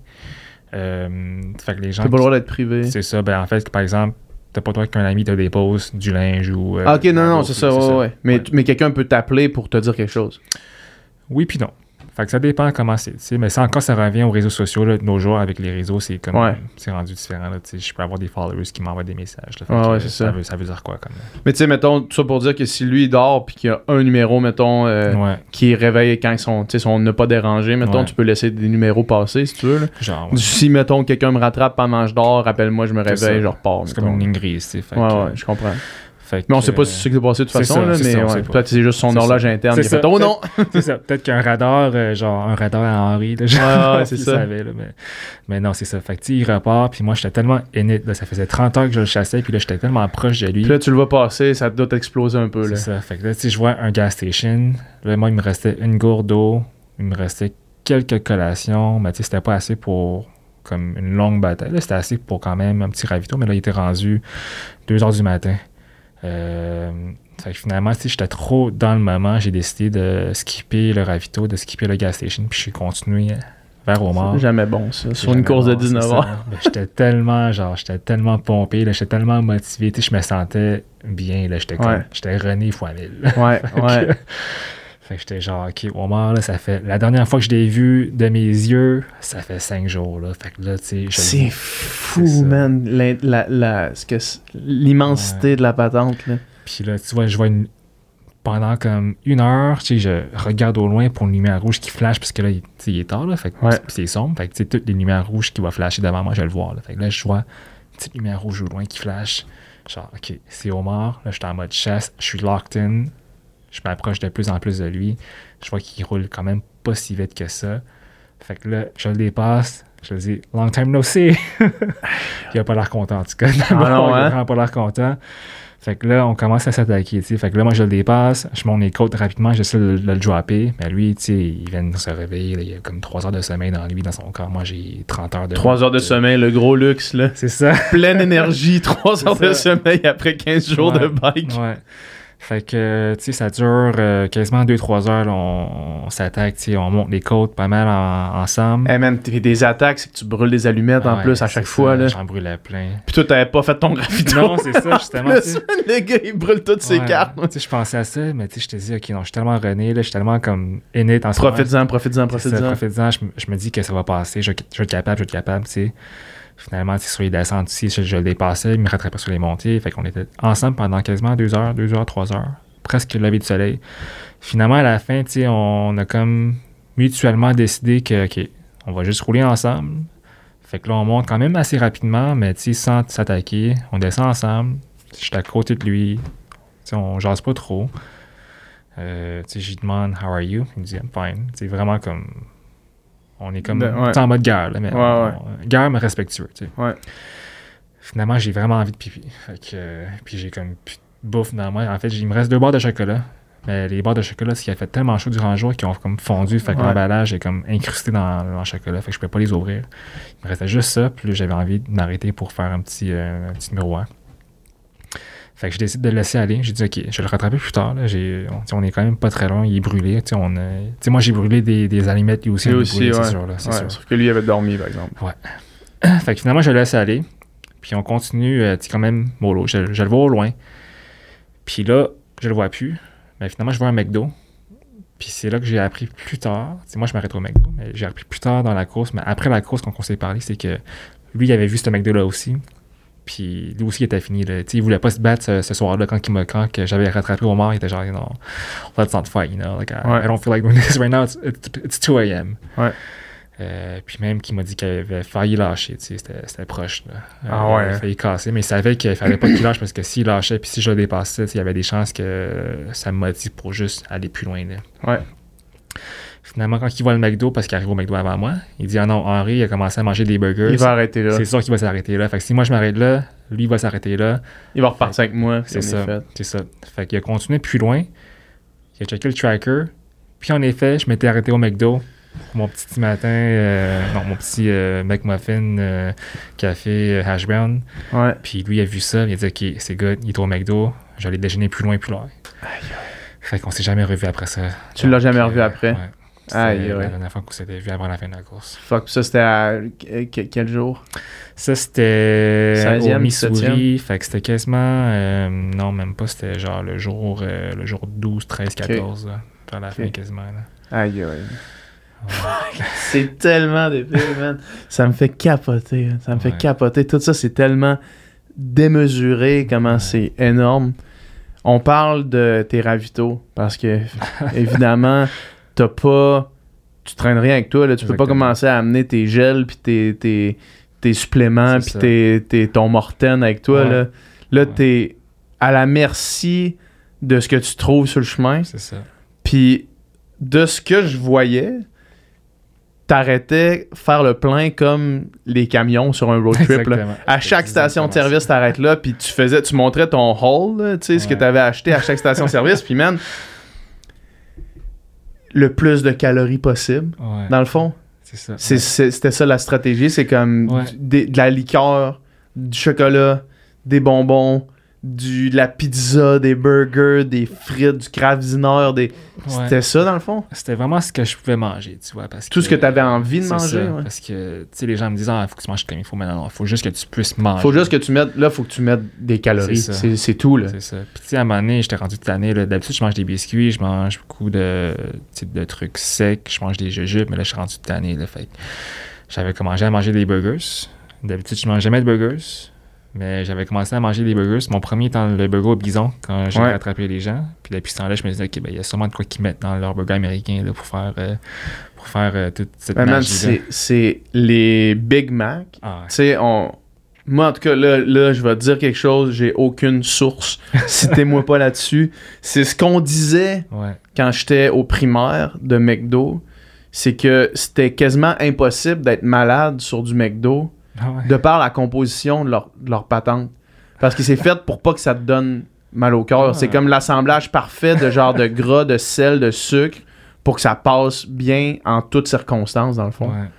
[SPEAKER 2] Euh, fait que les gens.
[SPEAKER 1] T'as pas le droit d'être privé.
[SPEAKER 2] C'est ça. Ben, en fait, par exemple, t'as pas le droit qu'un ami te dépose du linge ou. euh,
[SPEAKER 1] Ah, ok, non,
[SPEAKER 2] un
[SPEAKER 1] non,
[SPEAKER 2] autre,
[SPEAKER 1] c'est ça, ouais, ouais. Mais,
[SPEAKER 2] Ouais.
[SPEAKER 1] mais quelqu'un peut t'appeler pour te dire quelque chose.
[SPEAKER 2] Oui, puis non. Fait que ça dépend comment c'est. tu sais, Mais ça encore, ça revient aux réseaux sociaux. Là, de nos jours, avec les réseaux, c'est comme
[SPEAKER 1] Ouais.
[SPEAKER 2] c'est rendu différent. Là, tu sais, je peux avoir des followers qui m'envoient des messages. Là, fait
[SPEAKER 1] Ouais,
[SPEAKER 2] que,
[SPEAKER 1] ouais,
[SPEAKER 2] euh,
[SPEAKER 1] c'est ça.
[SPEAKER 2] Veut, ça veut dire quoi comme.
[SPEAKER 1] Mais tu sais, mettons, tout ça pour dire que si lui il dort puis qu'il y a un numéro, mettons, euh,
[SPEAKER 2] Ouais.
[SPEAKER 1] qui réveille quand ils sont, tu sais, si on n'a pas dérangé, mettons,
[SPEAKER 2] Ouais.
[SPEAKER 1] tu peux laisser des numéros passer si tu veux. Là.
[SPEAKER 2] Genre. ouais.
[SPEAKER 1] Si, mettons, quelqu'un me rattrape pendant que je dors, rappelle-moi, je me
[SPEAKER 2] C'est
[SPEAKER 1] réveille,
[SPEAKER 2] ça.
[SPEAKER 1] je repars.
[SPEAKER 2] C'est
[SPEAKER 1] mettons.
[SPEAKER 2] comme une ligne grise. tu sais, fait
[SPEAKER 1] Ouais,
[SPEAKER 2] que,
[SPEAKER 1] ouais, je comprends.
[SPEAKER 2] fait
[SPEAKER 1] Mais on
[SPEAKER 2] que,
[SPEAKER 1] sait pas
[SPEAKER 2] euh,
[SPEAKER 1] si c'est ce qui s'est passé de toute
[SPEAKER 2] c'est
[SPEAKER 1] façon,
[SPEAKER 2] ça,
[SPEAKER 1] là,
[SPEAKER 2] c'est
[SPEAKER 1] mais
[SPEAKER 2] ça, on
[SPEAKER 1] ouais,
[SPEAKER 2] sait pas.
[SPEAKER 1] peut-être c'est juste son
[SPEAKER 2] C'est
[SPEAKER 1] horloge
[SPEAKER 2] ça.
[SPEAKER 1] interne
[SPEAKER 2] C'est
[SPEAKER 1] qui a
[SPEAKER 2] ça.
[SPEAKER 1] fait « Oh non!
[SPEAKER 2] C'est ça. Peut-être qu'un radar, euh, genre un radar à Henri, là, genre,
[SPEAKER 1] Ouais, ouais, c'est
[SPEAKER 2] il
[SPEAKER 1] ça.
[SPEAKER 2] savait, là, mais, mais non, c'est ça. Fait que, tu sais, il repart, puis moi, j'étais tellement in it, là, ça faisait trente heures que je le chassais, puis là, j'étais tellement proche de lui.
[SPEAKER 1] Puis là, tu le vois passer, ça doit t'exploser un peu.
[SPEAKER 2] C'est
[SPEAKER 1] Là.
[SPEAKER 2] ça. Fait que là, tu sais, je vois un gas station. Là, moi, il me restait une gourde d'eau, il me restait quelques collations, mais tu sais, c'était pas assez pour comme une longue bataille. Là, c'était assez pour quand même un petit ravito, mais là, il était rendu deux heures du matin. Euh, fait que finalement, si j'étais trop dans le moment, j'ai décidé de skipper le ravito, de skipper le gas station, puis je suis continué vers Omar.
[SPEAKER 1] C'est jamais bon, ça.
[SPEAKER 2] C'est
[SPEAKER 1] Sur une
[SPEAKER 2] jamais
[SPEAKER 1] course de
[SPEAKER 2] bon,
[SPEAKER 1] dix-neuf
[SPEAKER 2] c'est
[SPEAKER 1] heures.
[SPEAKER 2] ça. Ben, j'étais tellement, genre, j'étais tellement pompé, là, j'étais tellement motivé, tu sais, je me sentais bien, là, j'étais comme,
[SPEAKER 1] Ouais.
[SPEAKER 2] j'étais René fois mille.
[SPEAKER 1] Ouais, ouais.
[SPEAKER 2] Fait que j'étais genre, OK, Omar, là, ça fait... La dernière fois que je l'ai vu de mes yeux, ça fait cinq jours, là. Fait que là, tu sais... je le
[SPEAKER 1] C'est
[SPEAKER 2] vois.
[SPEAKER 1] fou,
[SPEAKER 2] C'est ça.
[SPEAKER 1] man. L'in- la- la- ce que c'est- L'immensité
[SPEAKER 2] Ouais.
[SPEAKER 1] de la patente, là.
[SPEAKER 2] Puis là, tu vois, je vois une... pendant comme une heure, tu sais, je regarde au loin pour une lumière rouge qui flash, parce que là, il, il est tard, là, fait que
[SPEAKER 1] ouais.
[SPEAKER 2] c'est sombre. Fait que, tu sais, toutes les lumières rouges qui vont flasher devant moi, je vais le voir. Là. Fait que là, je vois une petite lumière rouge au loin qui flash. Genre, OK, c'est Omar. Là, je suis en mode chasse. Je suis locked in. Je m'approche de plus en plus de lui. Je vois qu'il roule quand même pas si vite que ça. Fait que là, je le dépasse. Je lui dis « Long time no see! » Il a pas l'air content, en tout cas.
[SPEAKER 1] Ah non,
[SPEAKER 2] il a
[SPEAKER 1] hein?
[SPEAKER 2] vraiment pas l'air content. Fait que là, on commence à s'attaquer, tu sais. Fait que là, moi, je le dépasse. Je monte les côtes rapidement. J'essaie de, de le dropper. Mais lui, tu sais, il vient de se réveiller. Là, il a comme trois heures de sommeil dans lui, dans son corps. Moi, j'ai trente heures de...
[SPEAKER 1] trois heures de sommeil, le gros luxe, là.
[SPEAKER 2] C'est ça.
[SPEAKER 1] Pleine énergie, trois heures
[SPEAKER 2] ça.
[SPEAKER 1] de sommeil après quinze jours
[SPEAKER 2] ouais,
[SPEAKER 1] de bike.
[SPEAKER 2] Ouais. Fait que, tu sais, ça dure euh, quasiment deux trois heures. Là, on, on s'attaque, tu sais, on monte les côtes pas mal en, ensemble.
[SPEAKER 1] Hey man, t'es des attaques, c'est que tu brûles des allumettes
[SPEAKER 2] ah
[SPEAKER 1] en
[SPEAKER 2] ouais,
[SPEAKER 1] plus à chaque fois.
[SPEAKER 2] Ça,
[SPEAKER 1] là.
[SPEAKER 2] J'en brûlais plein.
[SPEAKER 1] Puis toi, t'avais pas fait ton graffito.
[SPEAKER 2] Non, c'est ça, justement.
[SPEAKER 1] Plus, le gars, il brûle toutes ses
[SPEAKER 2] ouais,
[SPEAKER 1] cartes.
[SPEAKER 2] Tu sais, je pensais à ça, mais tu sais, je te dis, OK, non, je suis tellement rené, là, je suis tellement comme innate en ce moment.
[SPEAKER 1] Profites-en, profites-en, profites-en.
[SPEAKER 2] Profites-en, je, je me dis que ça va passer, je, je vais être capable, je vais être capable, tu sais. Finalement, sur les descentes ici, je, je le dépassais, il me rattrapait sur les montées. Fait qu'on était ensemble pendant quasiment deux heures, deux heures, trois heures. Presque le lever du soleil. Finalement, à la fin, tu sais, on a comme mutuellement décidé que, OK, on va juste rouler ensemble. Fait que là, on monte quand même assez rapidement, mais tu sais, sans s'attaquer. On descend ensemble. Je suis à côté de lui. Tu sais, on jase pas trop. Euh, tu sais, je lui demande « How are you? » Il me dit « I'm fine. » C'est vraiment comme... On est comme...
[SPEAKER 1] De, ouais.
[SPEAKER 2] en mode guerre, là, mais...
[SPEAKER 1] Ouais,
[SPEAKER 2] on,
[SPEAKER 1] ouais.
[SPEAKER 2] on, guerre, mais respectueux, tu sais.
[SPEAKER 1] Ouais.
[SPEAKER 2] Finalement, j'ai vraiment envie de pipi. Fait que... Euh, puis j'ai comme... bouffe dans moi. En fait, il me reste deux barres de chocolat. Mais les barres de chocolat, c'est qu'il a fait tellement chaud durant le jour qu'ils ont comme fondu. Fait que ouais. l'emballage est comme incrusté dans, dans le chocolat. Fait que je pouvais pas les ouvrir. Il me restait juste ça. Puis là, j'avais envie de m'arrêter pour faire un petit, euh, un petit numéro un. Fait que je décide de le laisser aller. J'ai dit, OK, je vais le rattraper plus tard. Là. J'ai, on, on est quand même pas très loin. Il est brûlé. On, euh, moi, j'ai brûlé des, des allumettes. Lui aussi,
[SPEAKER 1] lui aussi,
[SPEAKER 2] brûlé,
[SPEAKER 1] ouais.
[SPEAKER 2] c'est sûr. Là, c'est
[SPEAKER 1] ouais,
[SPEAKER 2] sûr.
[SPEAKER 1] Sauf que lui avait dormi, par exemple.
[SPEAKER 2] Ouais. Fait que finalement, je le laisse aller. Puis on continue, euh, tu sais, quand même, mollo. Je, je le vois au loin. Puis là, je le vois plus. Mais finalement, je vois un McDo. Puis c'est là que j'ai appris plus tard. T'sais, moi, je m'arrête au McDo, mais j'ai appris plus tard dans la course. Mais après la course, quand on s'est parlé, c'est que lui, il avait vu ce McDo-là aussi. Puis lui aussi, il était fini. Là. Il voulait pas se battre ce, ce soir-là quand, il m'a, quand que j'avais rattrapé au mort. Il était genre, non, let's not fight, you know. Like, I,
[SPEAKER 1] ouais.
[SPEAKER 2] I don't feel like doing this right now. It's, it's two a.m.
[SPEAKER 1] Ouais.
[SPEAKER 2] Euh, puis même qu'il m'a dit qu'il avait failli lâcher, tu sais, c'était, c'était proche. Là.
[SPEAKER 1] Ah
[SPEAKER 2] euh,
[SPEAKER 1] ouais.
[SPEAKER 2] Il a failli casser, mais il savait qu'il fallait pas qu'il lâche parce que s'il lâchait, puis si je le dépassais, il y avait des chances que ça me motive pour juste aller plus loin. Là.
[SPEAKER 1] Ouais.
[SPEAKER 2] Finalement, quand il voit le McDo, parce qu'il arrive au McDo avant moi, il dit « Ah non, Henri, il a commencé à manger des burgers. »
[SPEAKER 1] Il va arrêter là.
[SPEAKER 2] C'est sûr qu'il va s'arrêter là. Fait que si moi je m'arrête là, lui il va s'arrêter là.
[SPEAKER 1] Il va repartir avec moi.
[SPEAKER 2] C'est ça, fait. c'est ça. Fait qu'il a continué plus loin. Il a checké le tracker. Puis en effet, je m'étais arrêté au McDo. Mon petit matin, euh, non, mon petit euh, McMuffin, euh, café, euh, hash brown.
[SPEAKER 1] Ouais.
[SPEAKER 2] Puis lui, il a vu ça, il a dit, OK, c'est good, il est au McDo, j'allais déjeuner plus loin, plus loin.
[SPEAKER 1] Aïe, aïe.
[SPEAKER 2] Fait qu'on s'est jamais revu après ça.
[SPEAKER 1] Tu Donc, l'as jamais revu euh, après?
[SPEAKER 2] Ouais. C'était
[SPEAKER 1] aïe,
[SPEAKER 2] la
[SPEAKER 1] ouais.
[SPEAKER 2] dernière fois qu'on s'était vu avant la fin de la course.
[SPEAKER 1] Fuck, ça c'était à quel jour?
[SPEAKER 2] Ça c'était
[SPEAKER 1] seizième,
[SPEAKER 2] au Missouri,
[SPEAKER 1] dix-septième
[SPEAKER 2] fait que c'était quasiment, euh, non même pas, c'était genre le jour, euh, le jour douze, treize, quatorze, okay. Là, vers la okay. fin quasiment. Là.
[SPEAKER 1] Aïe, aïe. C'est tellement débile, man. Ça me fait capoter. Ça me ouais. fait capoter. Tout ça, c'est tellement démesuré, comment ouais. c'est énorme. On parle de tes ravitaux parce que, évidemment, t'as pas... Tu traînes rien avec toi. Là. Tu Exactement. Peux pas commencer à amener tes gels puis tes, tes, tes suppléments puis tes, tes, ton Morten avec toi. Ouais. Là, là ouais. t'es à la merci de ce que tu trouves sur le chemin.
[SPEAKER 2] C'est ça.
[SPEAKER 1] Puis, de ce que je voyais... t'arrêtais faire le plein comme les camions sur un road trip. Là. À chaque station de service, t'arrêtes là, puis tu faisais, tu montrais ton haul, tu sais, ouais. ce que t'avais acheté à chaque station de service, puis man, le plus de calories possible,
[SPEAKER 2] ouais.
[SPEAKER 1] dans le fond.
[SPEAKER 2] C'est ça.
[SPEAKER 1] C'est,
[SPEAKER 2] ouais.
[SPEAKER 1] c'est, c'était ça la stratégie, c'est comme
[SPEAKER 2] ouais.
[SPEAKER 1] du, de, de la liqueur, du chocolat, des bonbons, du, de la pizza, des burgers, des frites, du Kraft-Dinner, des... Ouais. C'était ça, dans le fond?
[SPEAKER 2] C'était vraiment ce que je pouvais manger, tu vois. Parce
[SPEAKER 1] Tout
[SPEAKER 2] que,
[SPEAKER 1] ce que tu avais envie de manger,
[SPEAKER 2] ça,
[SPEAKER 1] ouais.
[SPEAKER 2] Parce que, tu sais, les gens me disent « Ah, il faut que tu manges comme il faut. » Mais non, non, il faut juste que tu puisses manger.
[SPEAKER 1] Faut juste que tu mettes... Là, il faut que tu mettes des calories. C'est, c'est, c'est tout, là.
[SPEAKER 2] C'est ça. Puis, tu sais, à un moment donné, j'étais rendu toute l'année, là. D'habitude, je mange des biscuits, je mange beaucoup de, de trucs secs, je mange des jujubes, mais là, je suis rendu toute l'année, là. Fait j'avais commencé à manger des burgers. D'habitude, je mange jamais de burgers. Mais j'avais commencé à manger des burgers. Mon premier étant le burger au bison, quand j'ai
[SPEAKER 1] Ouais.
[SPEAKER 2] rattrapé les gens. Puis depuis ce temps-là, je me disais, OK, ben, il y a sûrement de quoi qu'ils mettent dans leur burger américain là, pour faire, euh, pour faire euh, toute cette
[SPEAKER 1] Ben, man,
[SPEAKER 2] magie-là.
[SPEAKER 1] c'est, c'est les Big Mac.
[SPEAKER 2] Ah, ouais.
[SPEAKER 1] Tu sais, on... Moi, en tout cas, là, là, je vais te dire quelque chose. J'ai aucune source. Citez-moi pas là-dessus. C'est ce qu'on disait
[SPEAKER 2] Ouais.
[SPEAKER 1] quand j'étais au primaire de McDo. C'est que c'était quasiment impossible d'être malade sur du McDo
[SPEAKER 2] Ah ouais.
[SPEAKER 1] de par la composition de leur, de leur patente. Parce que c'est fait pour pas que ça te donne mal au cœur.
[SPEAKER 2] Ah.
[SPEAKER 1] C'est comme l'assemblage parfait de genre de gras, de sel, de sucre pour que ça passe bien en toutes circonstances, dans le fond.
[SPEAKER 2] Ouais.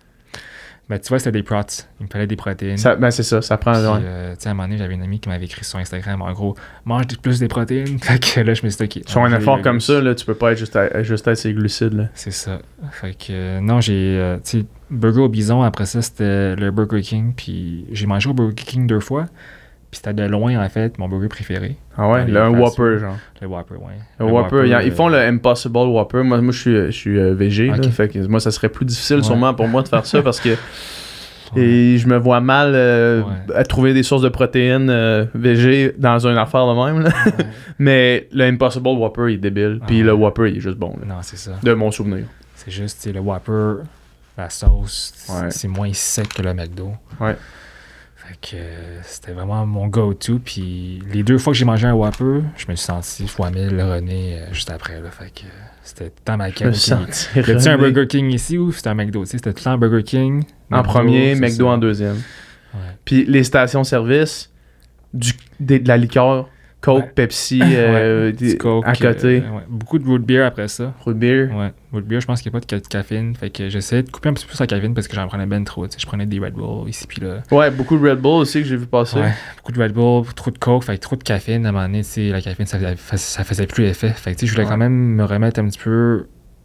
[SPEAKER 2] Ben, tu vois, c'était des prots. Il me fallait des protéines.
[SPEAKER 1] Ça, ben c'est ça, ça prend...
[SPEAKER 2] Puis,
[SPEAKER 1] ouais.
[SPEAKER 2] euh, tu sais, à un moment donné, j'avais une amie qui m'avait écrit sur Instagram, en gros, mange des- plus des protéines. Fait que là, je me suis dit, OK.
[SPEAKER 1] Sur
[SPEAKER 2] on
[SPEAKER 1] un
[SPEAKER 2] va
[SPEAKER 1] effort
[SPEAKER 2] des
[SPEAKER 1] comme
[SPEAKER 2] burgers.
[SPEAKER 1] ça, là, tu peux pas être juste à, juste à ces glucides. Là.
[SPEAKER 2] C'est ça. Fait que, euh, non, j'ai, euh, tu sais, burger au bison, après ça, c'était le Burger King. Puis j'ai mangé au Burger King deux fois. Puis c'était de loin, en fait, mon burger préféré.
[SPEAKER 1] Ah ouais,
[SPEAKER 2] Dans les
[SPEAKER 1] le un
[SPEAKER 2] fast
[SPEAKER 1] Whopper,
[SPEAKER 2] food.
[SPEAKER 1] genre.
[SPEAKER 2] Le Whopper, ouais.
[SPEAKER 1] Le Whopper, ils, ils font
[SPEAKER 2] euh,
[SPEAKER 1] le Impossible Whopper. Moi, moi je suis, je suis euh, végé, là,
[SPEAKER 2] Ok.
[SPEAKER 1] fait que moi, ça serait plus difficile
[SPEAKER 2] Ouais.
[SPEAKER 1] sûrement pour moi de faire ça parce que
[SPEAKER 2] ouais.
[SPEAKER 1] et je me vois mal euh,
[SPEAKER 2] Ouais.
[SPEAKER 1] à trouver des sources de protéines euh, végé dans une affaire de même. Là.
[SPEAKER 2] Ouais.
[SPEAKER 1] Mais le Impossible Whopper, il est débile.
[SPEAKER 2] Ah
[SPEAKER 1] Puis
[SPEAKER 2] ouais.
[SPEAKER 1] le Whopper, il est juste bon, là,
[SPEAKER 2] Non, c'est ça.
[SPEAKER 1] de mon souvenir.
[SPEAKER 2] C'est juste, tu sais, le Whopper, la sauce,
[SPEAKER 1] Ouais.
[SPEAKER 2] c'est moins sec que le McDo.
[SPEAKER 1] Ouais.
[SPEAKER 2] Fait que euh, c'était vraiment mon go-to. Puis les deux fois que j'ai mangé un Whopper, je me suis senti fois mille René euh, juste après. Là. Fait que euh, c'était dans ma
[SPEAKER 1] Je me
[SPEAKER 2] quête.
[SPEAKER 1] sens
[SPEAKER 2] Y a-tu un Burger King ici ou c'était un McDo? Tu sais, c'était tout le temps un Burger King.
[SPEAKER 1] en
[SPEAKER 2] McDo,
[SPEAKER 1] premier,
[SPEAKER 2] c'est
[SPEAKER 1] McDo
[SPEAKER 2] ça.
[SPEAKER 1] en deuxième.
[SPEAKER 2] Ouais.
[SPEAKER 1] Puis les stations-service, du, des- de la liqueur, Coke,
[SPEAKER 2] Ouais.
[SPEAKER 1] Pepsi, euh,
[SPEAKER 2] Ouais,
[SPEAKER 1] des-
[SPEAKER 2] du Coke,
[SPEAKER 1] à côté,
[SPEAKER 2] euh, ouais. Beaucoup de root beer après ça.
[SPEAKER 1] root beer.
[SPEAKER 2] Ouais, root beer, je pense qu'il n'y a pas de ca- de caféine. Fait que j'essayais de couper un petit peu plus la caféine parce que j'en prenais ben trop. Tu sais, je prenais des Red Bull ici puis là.
[SPEAKER 1] Ouais, beaucoup de Red Bull aussi que j'ai vu passer.
[SPEAKER 2] Ouais, beaucoup de Red Bull, trop de Coke, fait que trop de caféine. À un moment donné, tu sais, la caféine, ça faisait, ça faisait plus effet. Fait que tu sais, je voulais
[SPEAKER 1] Ouais.
[SPEAKER 2] quand même me remettre un petit peu.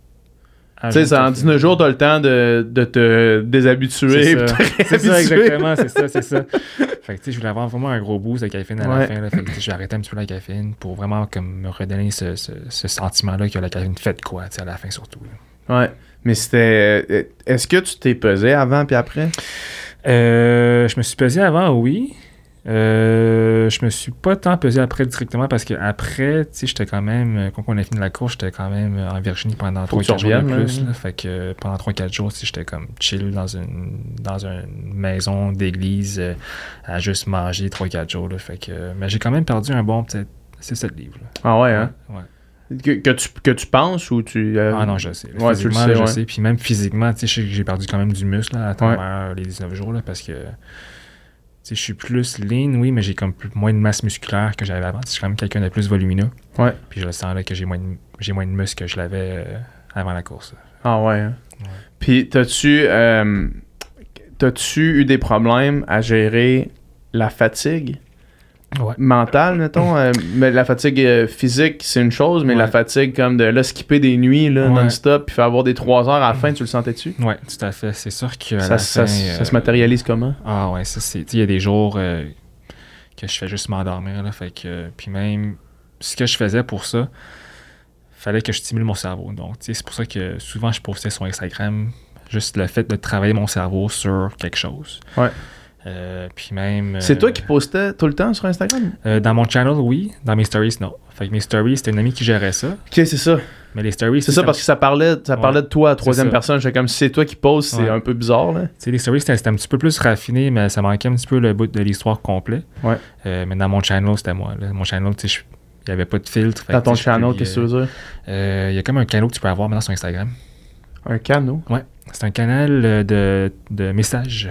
[SPEAKER 2] à
[SPEAKER 1] Tu sais,
[SPEAKER 2] jeun
[SPEAKER 1] ça, en
[SPEAKER 2] caféine.
[SPEAKER 1] dix-neuf jours, t'as le temps de, de te déshabituer.
[SPEAKER 2] C'est
[SPEAKER 1] puis
[SPEAKER 2] ça.
[SPEAKER 1] te
[SPEAKER 2] C'est ça,
[SPEAKER 1] réhabituer.
[SPEAKER 2] exactement, c'est ça, c'est ça. Fait que tu sais, je voulais avoir vraiment un gros boost de caféine à
[SPEAKER 1] Ouais.
[SPEAKER 2] la fin. Là, fait que tu sais, j'ai arrêté un petit peu la caféine pour vraiment comme me redonner ce, ce, ce sentiment-là que la caféine fait de quoi, tu sais, à la fin surtout. là.
[SPEAKER 1] Ouais. Mais c'était. euh, Est-ce que tu t'es pesé avant puis après?
[SPEAKER 2] Euh, je me suis pesé avant, oui. Euh, je me suis pas tant pesé après directement parce que après, tu sais, j'étais quand même, euh, quand on a fini la course, j'étais quand même en Virginie pendant
[SPEAKER 1] Faut
[SPEAKER 2] trois
[SPEAKER 1] que tu
[SPEAKER 2] quatre jours de
[SPEAKER 1] reviennes,
[SPEAKER 2] plus.
[SPEAKER 1] là.
[SPEAKER 2] là. Fait que euh, pendant trois quatre jours, tu sais, j'étais comme chill dans une dans une maison d'église euh, à juste manger trois quatre jours. Là. Fait que, euh, mais j'ai quand même perdu un bon peut-être six sept livres. là.
[SPEAKER 1] Ah ouais, hein?
[SPEAKER 2] Ouais.
[SPEAKER 1] Que, que tu, que tu penses ou tu. euh,
[SPEAKER 2] Ah non, je sais.
[SPEAKER 1] Ouais, tu le
[SPEAKER 2] Physiquement,
[SPEAKER 1] sais,
[SPEAKER 2] là, je
[SPEAKER 1] ouais.
[SPEAKER 2] sais. Puis même physiquement, tu sais, je sais que j'ai perdu quand même du muscle là, à travers les dix-neuf jours là, parce que tu sais, je suis plus lean, oui, mais j'ai comme plus- moins de masse musculaire que j'avais avant. Je suis quand même quelqu'un de plus volumineux.
[SPEAKER 1] Ouais.
[SPEAKER 2] Puis je le sens là que j'ai moins de, j'ai moins de muscle que je l'avais euh, avant la course. là.
[SPEAKER 1] Ah ouais, hein?
[SPEAKER 2] Ouais.
[SPEAKER 1] Puis, t'as-tu. euh, T'as-tu eu des problèmes à gérer la fatigue
[SPEAKER 2] Ouais.
[SPEAKER 1] mentale, mettons? euh, mais la fatigue euh, physique, c'est une chose, mais
[SPEAKER 2] Ouais.
[SPEAKER 1] la fatigue comme de là, skipper des nuits là,
[SPEAKER 2] Ouais.
[SPEAKER 1] non-stop, puis faire avoir des trois heures à la fin, tu le sentais-tu?
[SPEAKER 2] Ouais, tout à fait. C'est sûr que. à
[SPEAKER 1] Ça,
[SPEAKER 2] la
[SPEAKER 1] ça,
[SPEAKER 2] fin,
[SPEAKER 1] ça
[SPEAKER 2] euh,
[SPEAKER 1] se matérialise comment?
[SPEAKER 2] Ah ouais, ça c'est. Tu sais, il y a des jours euh, que je fais juste m'endormir. Là, fait que. euh, puis même, ce que je faisais pour ça, fallait que je stimule mon cerveau. Donc, tu sais, c'est pour ça que souvent je postais sur Instagram juste le fait de travailler mon cerveau sur quelque chose.
[SPEAKER 1] Ouais.
[SPEAKER 2] Euh, puis même.
[SPEAKER 1] C'est
[SPEAKER 2] euh,
[SPEAKER 1] toi qui postais tout le temps sur Instagram?
[SPEAKER 2] euh, dans mon channel, oui. Dans mes stories, non. Fait que mes stories, c'était une amie qui gérait ça.
[SPEAKER 1] Ok, c'est ça.
[SPEAKER 2] Mais les stories,
[SPEAKER 1] C'est ça parce que ça parlait, ça
[SPEAKER 2] Ouais.
[SPEAKER 1] parlait de toi à troisième
[SPEAKER 2] ça.
[SPEAKER 1] personne. J'étais comme si c'est toi qui poses, c'est
[SPEAKER 2] Ouais.
[SPEAKER 1] un peu bizarre, là.
[SPEAKER 2] Tu sais, les stories, c'était, c'était un petit peu plus raffiné, mais ça manquait un petit peu le bout de l'histoire complet.
[SPEAKER 1] Ouais.
[SPEAKER 2] Euh, mais dans mon channel, c'était moi. Là. Mon channel, tu sais, je- il n'y avait pas de filtre. Fait
[SPEAKER 1] Dans
[SPEAKER 2] que,
[SPEAKER 1] ton
[SPEAKER 2] tu sais, je
[SPEAKER 1] channel,
[SPEAKER 2] publiais-
[SPEAKER 1] qu'est-ce que tu veux dire?
[SPEAKER 2] Euh, Il y a comme un canal que tu peux avoir maintenant sur Instagram.
[SPEAKER 1] Un canot?
[SPEAKER 2] C'est un canal euh, de, de messages.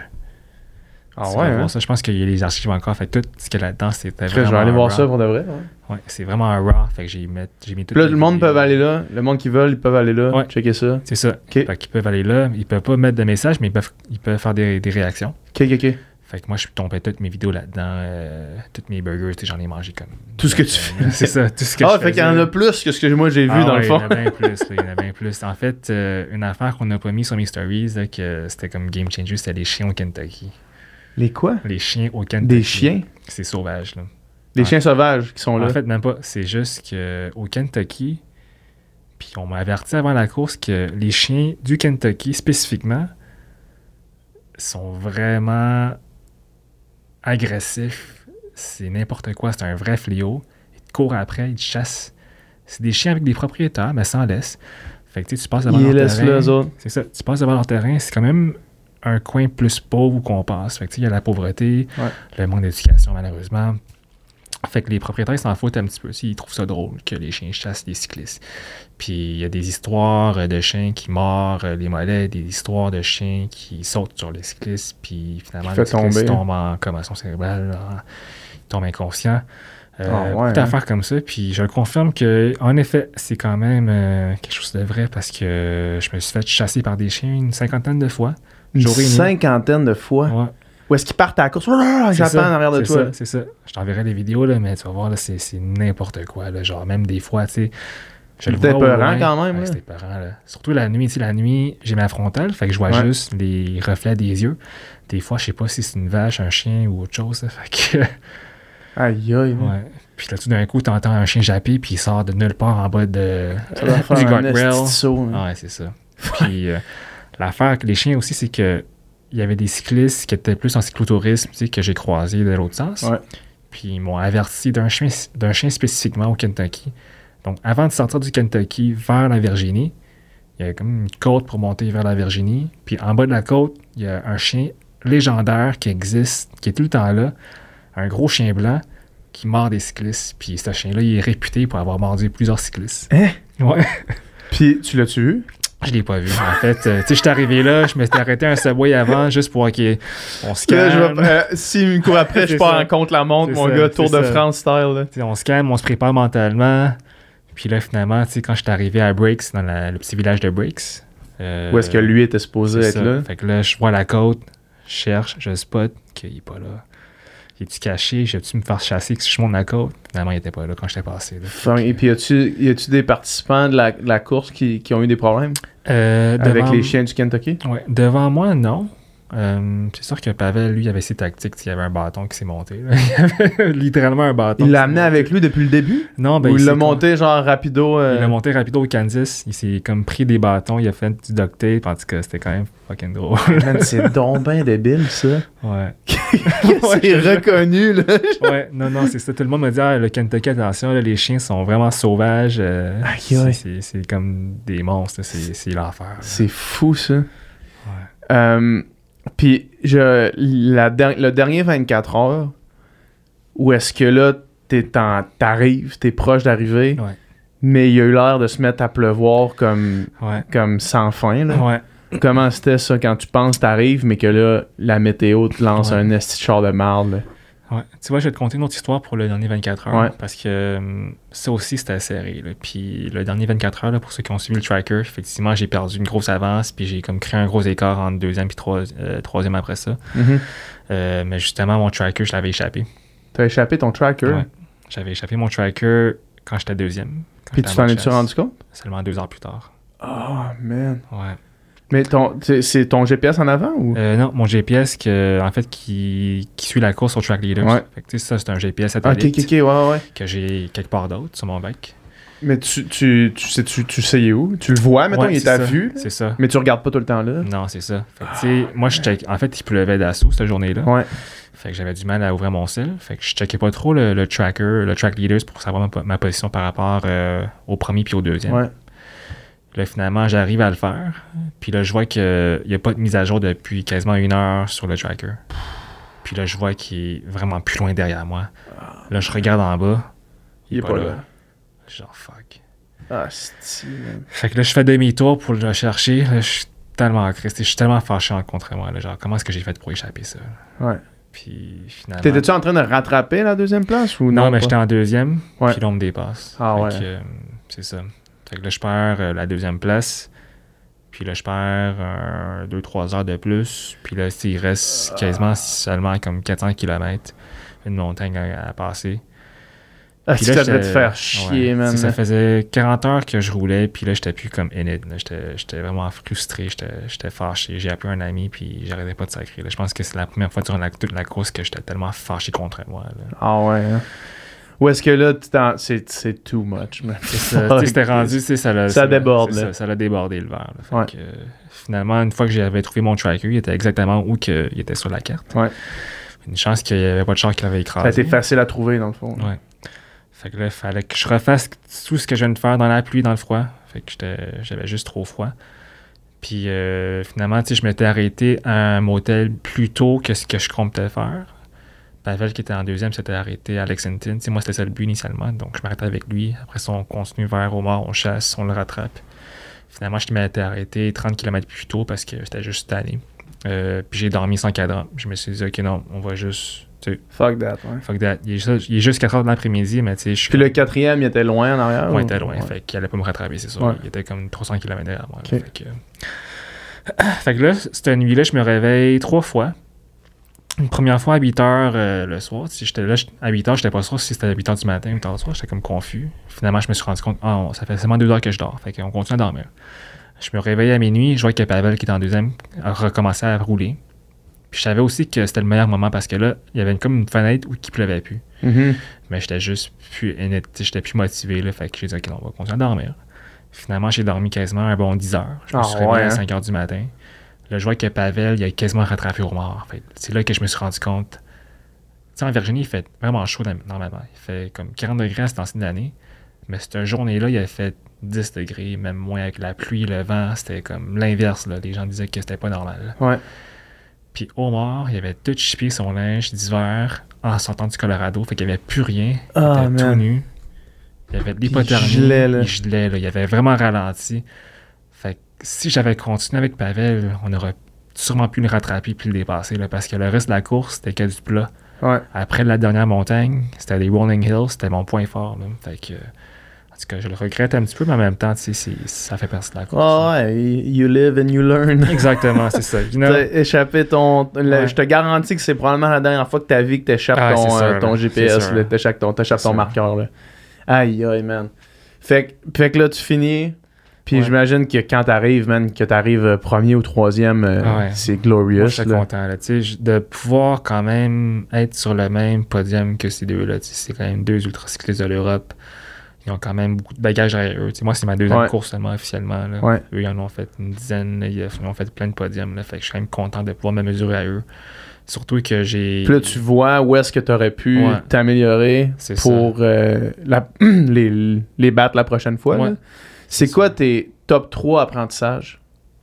[SPEAKER 1] Ah
[SPEAKER 2] Tu
[SPEAKER 1] ouais,
[SPEAKER 2] vas
[SPEAKER 1] hein?
[SPEAKER 2] voir ça. Je pense qu'il y a les archives encore. Fait que tout ce qu'il y a là-dedans, c'était
[SPEAKER 1] Après,
[SPEAKER 2] vraiment
[SPEAKER 1] je vais aller voir
[SPEAKER 2] raw.
[SPEAKER 1] ça pour de vrai. Ouais.
[SPEAKER 2] Ouais, c'est vraiment un raw. Fait que j'ai mis, j'ai mis tout.
[SPEAKER 1] Puis là, le monde peut aller là. Le monde qui veut, ils peuvent aller là.
[SPEAKER 2] Ouais.
[SPEAKER 1] Checker ça.
[SPEAKER 2] C'est ça.
[SPEAKER 1] Ok.
[SPEAKER 2] Fait qu'ils peuvent aller là. Ils peuvent pas mettre de messages, mais ils peuvent, ils peuvent faire des, des réactions.
[SPEAKER 1] Ok, ok, ok.
[SPEAKER 2] Fait que moi, je tombais toutes mes vidéos là-dedans, euh, toutes mes burgers, tu sais, j'en ai mangé comme...
[SPEAKER 1] Tout ce que tu
[SPEAKER 2] fais. C'est ça, tout ce que
[SPEAKER 1] Ah,
[SPEAKER 2] je
[SPEAKER 1] fait qu'il y en
[SPEAKER 2] faisais.
[SPEAKER 1] a plus que ce que moi j'ai vu
[SPEAKER 2] Ah
[SPEAKER 1] dans
[SPEAKER 2] ouais,
[SPEAKER 1] le fond.
[SPEAKER 2] il y en a bien plus, là, il y en a bien plus. En fait, euh, une affaire qu'on n'a pas mis sur mes stories, là, que c'était comme game changer, c'était les chiens au Kentucky.
[SPEAKER 1] Les quoi?
[SPEAKER 2] Les chiens au Kentucky.
[SPEAKER 1] Des chiens?
[SPEAKER 2] C'est sauvage, là.
[SPEAKER 1] Les
[SPEAKER 2] Ah.
[SPEAKER 1] chiens sauvages qui sont là.
[SPEAKER 2] En fait, même pas. C'est juste qu'au Kentucky, puis on m'a averti avant la course que les chiens du Kentucky, spécifiquement, sont vraiment agressif. C'est n'importe quoi. C'est un vrai fléau. Ils te courent après, ils te chassent. C'est des chiens avec des propriétaires, mais sans laisse. Fait que tu sais, tu passes devant
[SPEAKER 1] Ils
[SPEAKER 2] leur
[SPEAKER 1] laissent
[SPEAKER 2] terrain.
[SPEAKER 1] les autres.
[SPEAKER 2] C'est ça. Tu passes devant leur terrain, c'est quand même un coin plus pauvre qu'on pense. Fait que tu sais, il y a la pauvreté,
[SPEAKER 1] Ouais.
[SPEAKER 2] le manque d'éducation, malheureusement. Fait que les propriétaires s'en foutent un petit peu. Ils trouvent ça drôle que les chiens chassent les cyclistes. Puis il y a des histoires de chiens qui mordent les mollets, des histoires de chiens qui sautent sur les cyclistes, puis finalement
[SPEAKER 1] Qui fait
[SPEAKER 2] les cyclistes
[SPEAKER 1] tomber.
[SPEAKER 2] tombent en commotion cérébrale, là, ils tombent inconscients. Euh,
[SPEAKER 1] Ah ouais,
[SPEAKER 2] beaucoup
[SPEAKER 1] hein.
[SPEAKER 2] d'affaires comme ça. Puis je le confirme que, en effet, c'est quand même euh, quelque chose de vrai parce que je me suis fait chasser par des chiens une cinquantaine de fois.
[SPEAKER 1] Une
[SPEAKER 2] Jour et nuit.
[SPEAKER 1] cinquantaine de fois.
[SPEAKER 2] Ouais.
[SPEAKER 1] Où est-ce qu'ils partent à la course? Ah,
[SPEAKER 2] C'est
[SPEAKER 1] J'attends
[SPEAKER 2] ça,
[SPEAKER 1] en arrière de
[SPEAKER 2] c'est
[SPEAKER 1] toi.
[SPEAKER 2] ça, C'est ça. Je t'enverrai les vidéos, là, mais tu vas voir, là, c'est, c'est n'importe quoi. Là, genre, même des fois, tu sais. Je le
[SPEAKER 1] C'était
[SPEAKER 2] vois au
[SPEAKER 1] épeurant
[SPEAKER 2] loin.
[SPEAKER 1] quand même,
[SPEAKER 2] Ouais,
[SPEAKER 1] là.
[SPEAKER 2] c'était épeurant, là. Surtout la nuit. Tu sais, la nuit, j'ai ma frontale, fait que je vois
[SPEAKER 1] Ouais.
[SPEAKER 2] juste les reflets des yeux. Des fois, je sais pas si c'est une vache, un chien ou autre chose. Là, fait que.
[SPEAKER 1] Aïe, aïe.
[SPEAKER 2] Ouais. Puis là, tout d'un coup, t'entends un chien japper, puis il sort de nulle part en bas de,
[SPEAKER 1] Ça doit faire
[SPEAKER 2] du
[SPEAKER 1] un
[SPEAKER 2] guardrail.
[SPEAKER 1] esti de saut, hein.
[SPEAKER 2] Ouais, c'est ça. Puis euh, l'affaire avec les chiens aussi, c'est que il y avait des cyclistes qui étaient plus en cyclotourisme, tu sais, que j'ai croisés de l'autre sens.
[SPEAKER 1] Ouais.
[SPEAKER 2] Puis ils m'ont averti d'un chien, d'un chien spécifiquement au Kentucky. Donc, avant de sortir du Kentucky vers la Virginie, il y avait comme une côte pour monter vers la Virginie. Puis en bas de la côte, il y a un chien légendaire qui existe, qui est tout le temps là, un gros chien blanc qui mord des cyclistes. Puis ce chien-là, il est réputé pour avoir mordu plusieurs cyclistes.
[SPEAKER 1] Hein?
[SPEAKER 2] Ouais.
[SPEAKER 1] Puis, tu l'as-tu vu?
[SPEAKER 2] Je l'ai pas vu. En fait, euh, tu sais, j'étais arrivé là, je m'étais arrêté un Subway avant juste pour qu'on se
[SPEAKER 1] Là, je
[SPEAKER 2] calme.
[SPEAKER 1] vais- euh, S'il me court après, je
[SPEAKER 2] C'est
[SPEAKER 1] pars
[SPEAKER 2] ça.
[SPEAKER 1] en contre la montre,
[SPEAKER 2] C'est
[SPEAKER 1] mon
[SPEAKER 2] ça,
[SPEAKER 1] gars, Tour
[SPEAKER 2] c'est
[SPEAKER 1] de
[SPEAKER 2] ça.
[SPEAKER 1] France style. Là.
[SPEAKER 2] Tu sais, on se calme, on se prépare mentalement. Puis là, finalement, tu sais, quand j'étais arrivé à Breaks, dans la- le petit village de Breaks. euh,
[SPEAKER 1] Où est-ce que lui était supposé
[SPEAKER 2] c'est
[SPEAKER 1] être
[SPEAKER 2] ça.
[SPEAKER 1] là?
[SPEAKER 2] Fait que là, je vois la côte, je cherche, je spot qu'il est pas là. Il est-tu caché? J'ai-tu me faire chasser si je monte la côte? Finalement, il était pas là quand j'étais passé. Là.
[SPEAKER 1] Enfin, et puis, y a-tu, y a-tu des participants de la, de la course qui, qui ont eu des problèmes
[SPEAKER 2] Euh,
[SPEAKER 1] avec
[SPEAKER 2] devant-
[SPEAKER 1] les chiens du Kentucky?
[SPEAKER 2] Ouais, devant moi, non. Euh, c'est sûr que Pavel, lui, avait ses tactiques. Il y avait un bâton qui s'est monté. Là. Il y avait littéralement un bâton.
[SPEAKER 1] Il
[SPEAKER 2] qui
[SPEAKER 1] l'a
[SPEAKER 2] s'est
[SPEAKER 1] amené
[SPEAKER 2] monté.
[SPEAKER 1] avec lui depuis le début?
[SPEAKER 2] Non, ben,
[SPEAKER 1] Ou il
[SPEAKER 2] s'est
[SPEAKER 1] l'a
[SPEAKER 2] com-
[SPEAKER 1] monté genre rapido? euh,
[SPEAKER 2] Il l'a monté rapido au Kansas. Il s'est comme pris des bâtons. Il a fait du duct tape. En tout cas, c'était quand même fucking drôle.
[SPEAKER 1] Man, c'est donc ben débile, ça.
[SPEAKER 2] Ouais.
[SPEAKER 1] c'est reconnu, là.
[SPEAKER 2] Ouais, non, non, c'est ça. Tout le monde me dit, ah, le Kentucky, attention, là, les chiens sont vraiment sauvages. euh,
[SPEAKER 1] Aïe,
[SPEAKER 2] c'est,
[SPEAKER 1] aïe.
[SPEAKER 2] c'est, c'est comme des monstres. là. C'est, c'est l'enfer. là.
[SPEAKER 1] C'est fou, ça.
[SPEAKER 2] Ouais.
[SPEAKER 1] Euh, Puis, je, la der- le dernier vingt-quatre heures, où est-ce que là, t'es en- t'arrives, t'es proche d'arriver,
[SPEAKER 2] Ouais.
[SPEAKER 1] mais il y a eu l'air de se mettre à pleuvoir comme,
[SPEAKER 2] Ouais.
[SPEAKER 1] comme sans fin, là.
[SPEAKER 2] Ouais.
[SPEAKER 1] Comment c'était ça quand tu penses t'arrives, mais que là, la météo te lance
[SPEAKER 2] Ouais.
[SPEAKER 1] un esti de char de marde, là?
[SPEAKER 2] Ouais. Tu vois, je vais te conter une autre histoire pour le dernier vingt-quatre heures.
[SPEAKER 1] Ouais.
[SPEAKER 2] Parce que hum, ça aussi, c'était serré. Là. Puis le dernier vingt-quatre heures, là, pour ceux qui ont suivi le tracker, effectivement, j'ai perdu une grosse avance. Puis j'ai comme créé un gros écart entre deuxième et trois, euh, troisième après ça.
[SPEAKER 1] Mhm.
[SPEAKER 2] Euh, mais justement, mon tracker, je l'avais échappé.
[SPEAKER 1] T'as échappé ton tracker,
[SPEAKER 2] Ouais. J'avais échappé mon tracker quand j'étais deuxième. Quand
[SPEAKER 1] puis
[SPEAKER 2] j'étais
[SPEAKER 1] tu
[SPEAKER 2] en
[SPEAKER 1] t'en
[SPEAKER 2] mode
[SPEAKER 1] es-tu
[SPEAKER 2] chasse.
[SPEAKER 1] rendu compte?
[SPEAKER 2] Seulement deux heures plus tard.
[SPEAKER 1] Oh, man.
[SPEAKER 2] Ouais.
[SPEAKER 1] Mais ton, c'est c'est ton G P S en avant ou?
[SPEAKER 2] Euh, non, mon G P S, que, en fait, qui, qui suit la course au Track Leaders.
[SPEAKER 1] Ouais.
[SPEAKER 2] Fait que, tu sais, ça, c'est un G P S
[SPEAKER 1] Ah, ok,
[SPEAKER 2] satellite
[SPEAKER 1] ok, ok, ouais, ouais.
[SPEAKER 2] que j'ai quelque part d'autre sur mon bec.
[SPEAKER 1] Mais tu, tu, tu sais, tu, tu sais où? Tu le vois, mettons,
[SPEAKER 2] Ouais,
[SPEAKER 1] il est
[SPEAKER 2] c'est
[SPEAKER 1] à
[SPEAKER 2] ça.
[SPEAKER 1] vue, là,
[SPEAKER 2] C'est ça.
[SPEAKER 1] mais tu regardes pas tout le temps là.
[SPEAKER 2] Non, c'est ça. Fait que, tu sais, moi, je check. En fait, il pleuvait d'assaut cette journée-là.
[SPEAKER 1] Ouais.
[SPEAKER 2] Fait que j'avais du mal à ouvrir mon cell. Fait que je checkais pas trop le, le tracker, le track leaders pour savoir ma, ma position par rapport euh, au premier puis au deuxième.
[SPEAKER 1] Ouais.
[SPEAKER 2] Là, finalement, j'arrive à le faire. Puis là, je vois qu'il n'y a pas de mise à jour depuis quasiment une heure sur le tracker. Puis là, je vois qu'il est vraiment plus loin derrière moi. Là, je regarde en bas.
[SPEAKER 1] Il est pas là.
[SPEAKER 2] Genre, fuck.
[SPEAKER 1] Ah, c'est man.
[SPEAKER 2] Fait que là, je fais demi-tour pour le chercher. Là, je suis tellement crissé, je suis tellement fâché en contre moi. Là, genre, comment est-ce que j'ai fait pour échapper ça?
[SPEAKER 1] Ouais.
[SPEAKER 2] Puis finalement.
[SPEAKER 1] T'étais-tu en train de rattraper la deuxième place ou non?
[SPEAKER 2] Non, mais
[SPEAKER 1] pas?
[SPEAKER 2] j'étais en deuxième.
[SPEAKER 1] Ouais.
[SPEAKER 2] Puis là, on me dépasse.
[SPEAKER 1] Ah
[SPEAKER 2] Fait
[SPEAKER 1] ouais.
[SPEAKER 2] que, euh, c'est ça. Fait que là, je perds euh, la deuxième place. Puis là, je perds deux trois heures de plus. Puis là, il reste quasiment seulement comme quatre cents kilomètres. Une montagne à, à passer.
[SPEAKER 1] Ah,
[SPEAKER 2] Puis
[SPEAKER 1] si
[SPEAKER 2] là,
[SPEAKER 1] ça devait te
[SPEAKER 2] j'étais-
[SPEAKER 1] faire chier,
[SPEAKER 2] ouais.
[SPEAKER 1] man.
[SPEAKER 2] Tu sais, ça faisait quarante heures que je roulais, puis là, j'étais plus comme in it. là. J'étais, j'étais vraiment frustré, j'étais, j'étais fâché. J'ai appelé un ami, puis j'arrêtais pas de sacrer. là. Je pense que c'est la première fois durant la, toute la course que j'étais tellement fâché contre moi. Là.
[SPEAKER 1] Ah ouais, hein? Ou est-ce que là, tu t'en- c'est, c'est too much, man.
[SPEAKER 2] C'est ça, tu sais, c'était rendu, tu sais, ça l'a,
[SPEAKER 1] Ça déborde,
[SPEAKER 2] c'est
[SPEAKER 1] là.
[SPEAKER 2] Ça, ça l'a débordé le verre. là. Fait
[SPEAKER 1] Ouais.
[SPEAKER 2] que, euh, finalement, une fois que j'avais trouvé mon tracker, il était exactement où que, il était sur la carte.
[SPEAKER 1] Ouais.
[SPEAKER 2] Une chance qu'il n'y avait pas de char qui l'avait écrasé.
[SPEAKER 1] Ça a été facile à trouver, dans le fond.
[SPEAKER 2] Ouais. Fait que là, il fallait que je refasse tout ce que je viens de faire dans la pluie, dans le froid. Fait que j'étais, j'avais juste trop froid. Puis euh, finalement, tu sais, je m'étais arrêté à un motel plus tôt que ce que je comptais faire. Pavel, qui était en deuxième, s'était arrêté à Lexington. Tu sais, moi, c'était ça le but initialement. Donc, je m'arrêtais avec lui. Après ça, on continue vers Omar, on chasse, on le rattrape. Finalement, je m'étais arrêté trente kilomètres plus tôt parce que j'étais juste tanné. Euh, puis j'ai dormi sans cadran. Je me suis dit, OK, non, on va juste... Tu sais,
[SPEAKER 1] fuck that, ouais.
[SPEAKER 2] Fuck that. Il est juste, il est juste quatre heures de l'après-midi, mais tu sais... Je...
[SPEAKER 1] Puis le quatrième, il était loin en arrière?
[SPEAKER 2] Ouais,
[SPEAKER 1] ou...
[SPEAKER 2] il était loin.
[SPEAKER 1] Ouais.
[SPEAKER 2] Fait qu'il allait pas me rattraper, c'est sûr.
[SPEAKER 1] Ouais.
[SPEAKER 2] Il était comme trois cents kilomètres derrière moi.
[SPEAKER 1] Okay.
[SPEAKER 2] Fait que... fait que là, cette nuit-là, je me réveille trois fois. Une première fois à huit heures euh, le soir. Si j'étais là, à huit heures, j'étais pas sûr si c'était à huit heures du matin ou huit heures du soir. J'étais comme confus. Finalement, je me suis rendu compte, ah, ça fait seulement deux heures que je dors. Fait qu'on continue à dormir. Je me réveille à minuit. Je vois que Pavel, qui était en deuxième, a recommencé à rouler. Puis je savais aussi que c'était le meilleur moment parce que là, il y avait une, comme une fenêtre où il pleuvait plus.
[SPEAKER 1] Mm-hmm. Mais
[SPEAKER 2] j'étais juste plus j'étais plus motivé. Là, fait que j'ai dit, OK, on va continuer à dormir. Finalement, j'ai dormi quasiment un bon dix heures. Je me suis ah, réveillé ouais, à cinq heures du matin. Là, je vois que Pavel, il a quasiment rattrapé Omar. Fait, c'est là que je me suis rendu compte. Tu sais, en Virginie, il fait vraiment chaud normalement. Il fait comme quarante degrés à ce temps-ci de l'année. Mais cette journée-là, il a fait dix degrés, même moins avec la pluie, le vent. C'était comme l'inverse. Là. Les gens disaient que c'était pas normal.
[SPEAKER 1] Ouais.
[SPEAKER 2] Puis Omar, il avait tout chippé son linge d'hiver en sortant du Colorado. Fait qu'il n'y avait plus rien. Il oh, était man. tout nu. Il y avait de l'hypothermie. Il gelait, là. Il gelait, là. Il avait vraiment ralenti. Fait que si j'avais continué avec Pavel, on aurait sûrement pu le rattraper puis le dépasser. Là, parce que le reste de la course, c'était que du plat.
[SPEAKER 1] Ouais.
[SPEAKER 2] Après la dernière montagne, c'était les Rolling Hills. C'était mon point fort. Là. Fait que... En tout cas, je le regrette un petit peu, mais en même temps, tu sais, ça fait partie de la course.
[SPEAKER 1] Ah oh, ouais, you live and you learn.
[SPEAKER 2] Exactement, c'est ça. You know?
[SPEAKER 1] T'as échappé ton... Le, ouais. Je te garantis que c'est probablement la dernière fois que t'as vu que t'échappes ah, ton, euh, ton G P S, là, t'échappes ton, t'échappes ton marqueur. Là. Aïe, aïe, man. Fait, fait que là, tu finis, puis ouais. j'imagine que quand t'arrives, man, que t'arrives premier ou troisième, euh, ah ouais. c'est glorious. Moi,
[SPEAKER 2] je suis content, là, tu sais, de pouvoir quand même être sur le même podium que ces deux-là. C'est quand même deux ultracyclistes de l'Europe. Ils ont quand même beaucoup de bagages derrière eux. T'sais, moi, c'est ma deuxième ouais. course seulement officiellement. Là. Ouais. Eux, ils en ont fait une dizaine. Là, ils ont fait plein de podiums. Là, fait que je suis quand même content de pouvoir me mesurer à eux. Surtout que j'ai...
[SPEAKER 1] Puis là, tu vois où est-ce que tu aurais pu ouais. t'améliorer c'est pour euh, la... les, les battre la prochaine fois. Ouais. C'est, c'est quoi ça. Tes top trois apprentissages?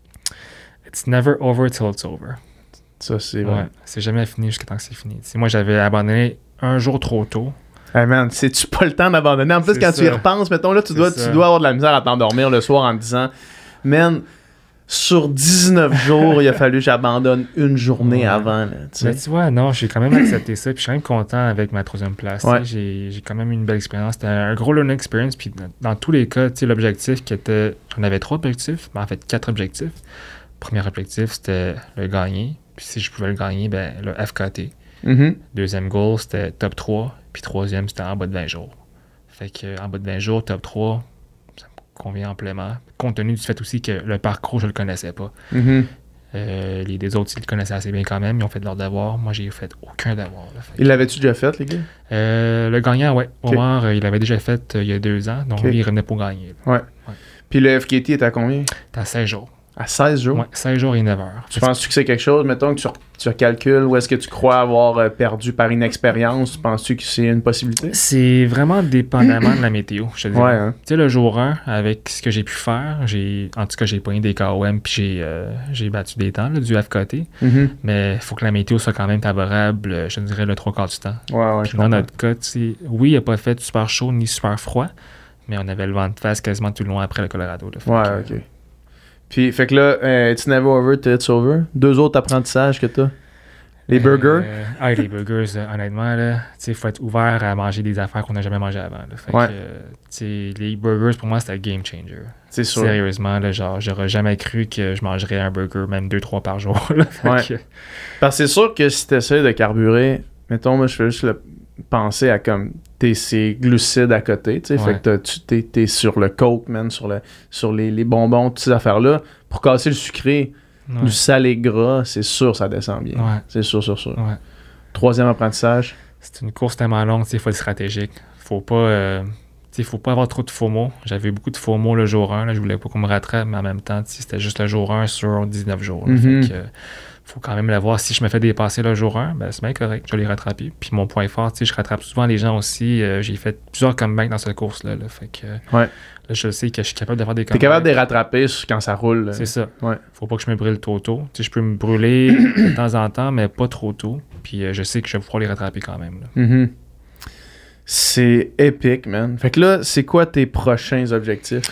[SPEAKER 2] It's never over till it's over.
[SPEAKER 1] Ça, c'est vrai.
[SPEAKER 2] Ouais. C'est jamais fini jusqu'à temps que c'est fini. T'sais, moi, j'avais abandonné un jour trop tôt.
[SPEAKER 1] Hey man, c'est-tu pas le temps d'abandonner? En plus, c'est quand ça. Tu y repenses, mettons, là, tu dois, tu dois avoir de la misère à t'endormir le soir en te disant, man, sur dix-neuf jours, il a fallu que j'abandonne une journée ouais. avant. Là, tu
[SPEAKER 2] mais tu vois, non, j'ai quand même accepté ça, puis je suis quand même content avec ma troisième place. Ouais. J'ai, j'ai quand même eu une belle expérience. C'était un gros learning experience, puis dans, dans tous les cas, tu sais, l'objectif qui était... J'en avais trois objectifs, mais en fait, quatre objectifs. Le premier objectif, c'était le gagner, puis si je pouvais le gagner, ben le F K T. Mm-hmm. Deuxième goal, c'était top trois. Puis troisième, c'était en bas de vingt jours. Fait que en bas de vingt jours, top trois, ça me convient amplement. Compte tenu du fait aussi que le parcours, je le connaissais pas. Mm-hmm. Euh, les des autres, ils le connaissaient assez bien quand même. Ils ont fait leur devoir. Moi, j'ai fait aucun devoir. Là.
[SPEAKER 1] Il l'avait-tu déjà fait, les gars?
[SPEAKER 2] Euh, le gagnant, ouais. Okay. Omar, euh, il l'avait déjà fait euh, il y a deux ans. Donc, okay. lui, il revenait pour gagner.
[SPEAKER 1] Ouais. ouais. Puis le F K T est à combien?
[SPEAKER 2] T'es à seize jours.
[SPEAKER 1] À seize jours?
[SPEAKER 2] Oui, seize jours et neuf heures.
[SPEAKER 1] Tu penses-tu que c'est quelque chose, mettons que tu, tu recalcules, ou est-ce que tu crois avoir perdu par inexpérience? Penses-tu que c'est une possibilité?
[SPEAKER 2] C'est vraiment dépendamment de la météo, je te dis.
[SPEAKER 1] Ouais, hein?
[SPEAKER 2] Tu sais, le jour un, avec ce que j'ai pu faire, j'ai en tout cas, j'ai pogné des K O M puis j'ai, euh, j'ai battu des temps là, du F K T. Mm-hmm. Mais il faut que la météo soit quand même favorable, je te dirais, le trois quarts du temps.
[SPEAKER 1] Ouais, ouais,
[SPEAKER 2] puis dans notre cas, tu sais, oui, il n'a pas fait super chaud ni super froid, mais on avait le vent de face quasiment tout le long après le Colorado. Là,
[SPEAKER 1] ouais,
[SPEAKER 2] que,
[SPEAKER 1] OK. Puis, fait que là, euh, it's never over till it's over. Deux autres apprentissages que t'as. Les burgers.
[SPEAKER 2] Euh, ah, les burgers, euh, honnêtement, là, tu sais, il faut être ouvert à manger des affaires qu'on n'a jamais mangées avant. Là. Fait
[SPEAKER 1] ouais.
[SPEAKER 2] que, euh, tu sais, les burgers, pour moi, c'était un game changer.
[SPEAKER 1] C'est sûr.
[SPEAKER 2] Sérieusement, là, genre, j'aurais jamais cru que je mangerais un burger, même deux, trois par jour. Là.
[SPEAKER 1] Ouais.
[SPEAKER 2] Que...
[SPEAKER 1] Parce que c'est sûr que si t'essaies de carburer, mettons, moi, je fais juste le... penser à comme t'es ces glucides à côté, tu sais, ouais. fait que tu t'es, t'es sur le coke, man, sur, le, sur les, les bonbons, toutes ces affaires-là. Pour casser le sucré, ouais. du salé gras, c'est sûr ça descend bien.
[SPEAKER 2] Ouais.
[SPEAKER 1] C'est sûr, sûr, sûr.
[SPEAKER 2] Ouais.
[SPEAKER 1] Troisième apprentissage.
[SPEAKER 2] C'est une course tellement longue, il faut être stratégique. Faut pas... Euh... Il faut pas avoir trop de FOMO. J'avais beaucoup de FOMO le jour un. Là. Je voulais pas qu'on me rattrape, mais en même temps, c'était juste le jour un sur dix-neuf jours. Là. Mm-hmm. Fait que, faut quand même le voir. Si je me fais dépasser le jour un, ben, c'est bien correct, je vais les rattraper. Puis mon point fort, tu sais, je rattrape souvent les gens aussi. Euh, j'ai fait plusieurs comebacks dans cette course-là. Là, fait que
[SPEAKER 1] ouais.
[SPEAKER 2] là, je sais que je suis capable de faire des
[SPEAKER 1] comebacks. T'es capable de les rattraper quand ça roule. Là.
[SPEAKER 2] C'est ça.
[SPEAKER 1] Ouais.
[SPEAKER 2] Faut pas que je me brûle trop tôt. Tu sais, je peux me brûler de temps en temps, mais pas trop tôt. Puis euh, je sais que je vais pouvoir les rattraper quand même. Là.
[SPEAKER 1] Mm-hmm. C'est épique, man. Fait que là, c'est quoi tes prochains objectifs?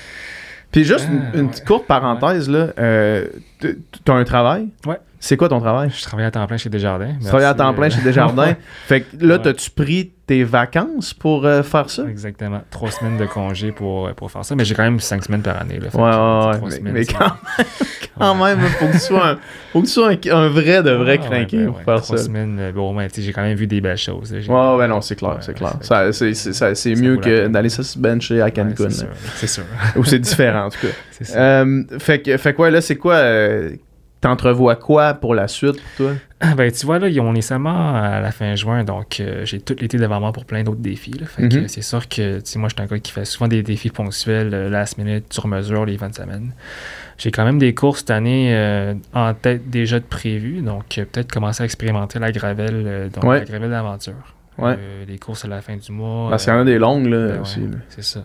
[SPEAKER 1] Puis juste
[SPEAKER 2] ah,
[SPEAKER 1] une, une
[SPEAKER 2] ouais.
[SPEAKER 1] courte parenthèse, ouais. là. Euh, t'as un travail?
[SPEAKER 2] Ouais.
[SPEAKER 1] C'est quoi ton travail?
[SPEAKER 2] Je travaille à temps plein chez Desjardins.
[SPEAKER 1] Tu travailles à temps plein chez Desjardins. Fait que là,
[SPEAKER 2] ouais.
[SPEAKER 1] t'as-tu pris tes vacances pour euh, faire ça?
[SPEAKER 2] Exactement. Trois semaines de congé pour, pour faire ça. Mais j'ai quand même cinq semaines par année. Là. Fait
[SPEAKER 1] ouais,
[SPEAKER 2] que,
[SPEAKER 1] ouais, ouais. Mais,
[SPEAKER 2] semaines,
[SPEAKER 1] mais quand, quand ouais. même, faut que tu sois un, faut que tu sois un, un vrai de vrai ah, crinqué ouais, ben, pour
[SPEAKER 2] ouais.
[SPEAKER 1] faire
[SPEAKER 2] trois
[SPEAKER 1] ça.
[SPEAKER 2] Semaines, bon, ben, j'ai quand même vu des belles choses.
[SPEAKER 1] Ouais, ouais, ouais, non, c'est clair, ouais, c'est clair. C'est, ça, c'est, c'est, ça, c'est ça mieux que d'aller se bencher à Cancun.
[SPEAKER 2] Ouais, c'est, sûr, c'est sûr.
[SPEAKER 1] Ou c'est différent, en tout cas.
[SPEAKER 2] C'est ça.
[SPEAKER 1] Euh, fait que, fait quoi, là, c'est quoi... Euh, T'entrevois quoi pour la suite pour toi?
[SPEAKER 2] Ben, tu vois, là, on est seulement à la fin juin, donc euh, j'ai tout l'été devant moi pour plein d'autres défis. Là. Fait mm-hmm. que c'est sûr que, tu sais, moi, je suis un gars qui fait souvent des défis ponctuels, euh, last minute, sur mesure, les vingt semaines. J'ai quand même des courses cette année euh, en tête déjà de prévues, donc euh, peut-être commencer à expérimenter la gravelle, euh, donc
[SPEAKER 1] ouais.
[SPEAKER 2] la gravelle d'aventure.
[SPEAKER 1] Ouais.
[SPEAKER 2] Euh, les courses à la fin du mois.
[SPEAKER 1] Parce qu'il y en a des longues, là,
[SPEAKER 2] ben,
[SPEAKER 1] aussi.
[SPEAKER 2] Ouais,
[SPEAKER 1] là.
[SPEAKER 2] c'est ça.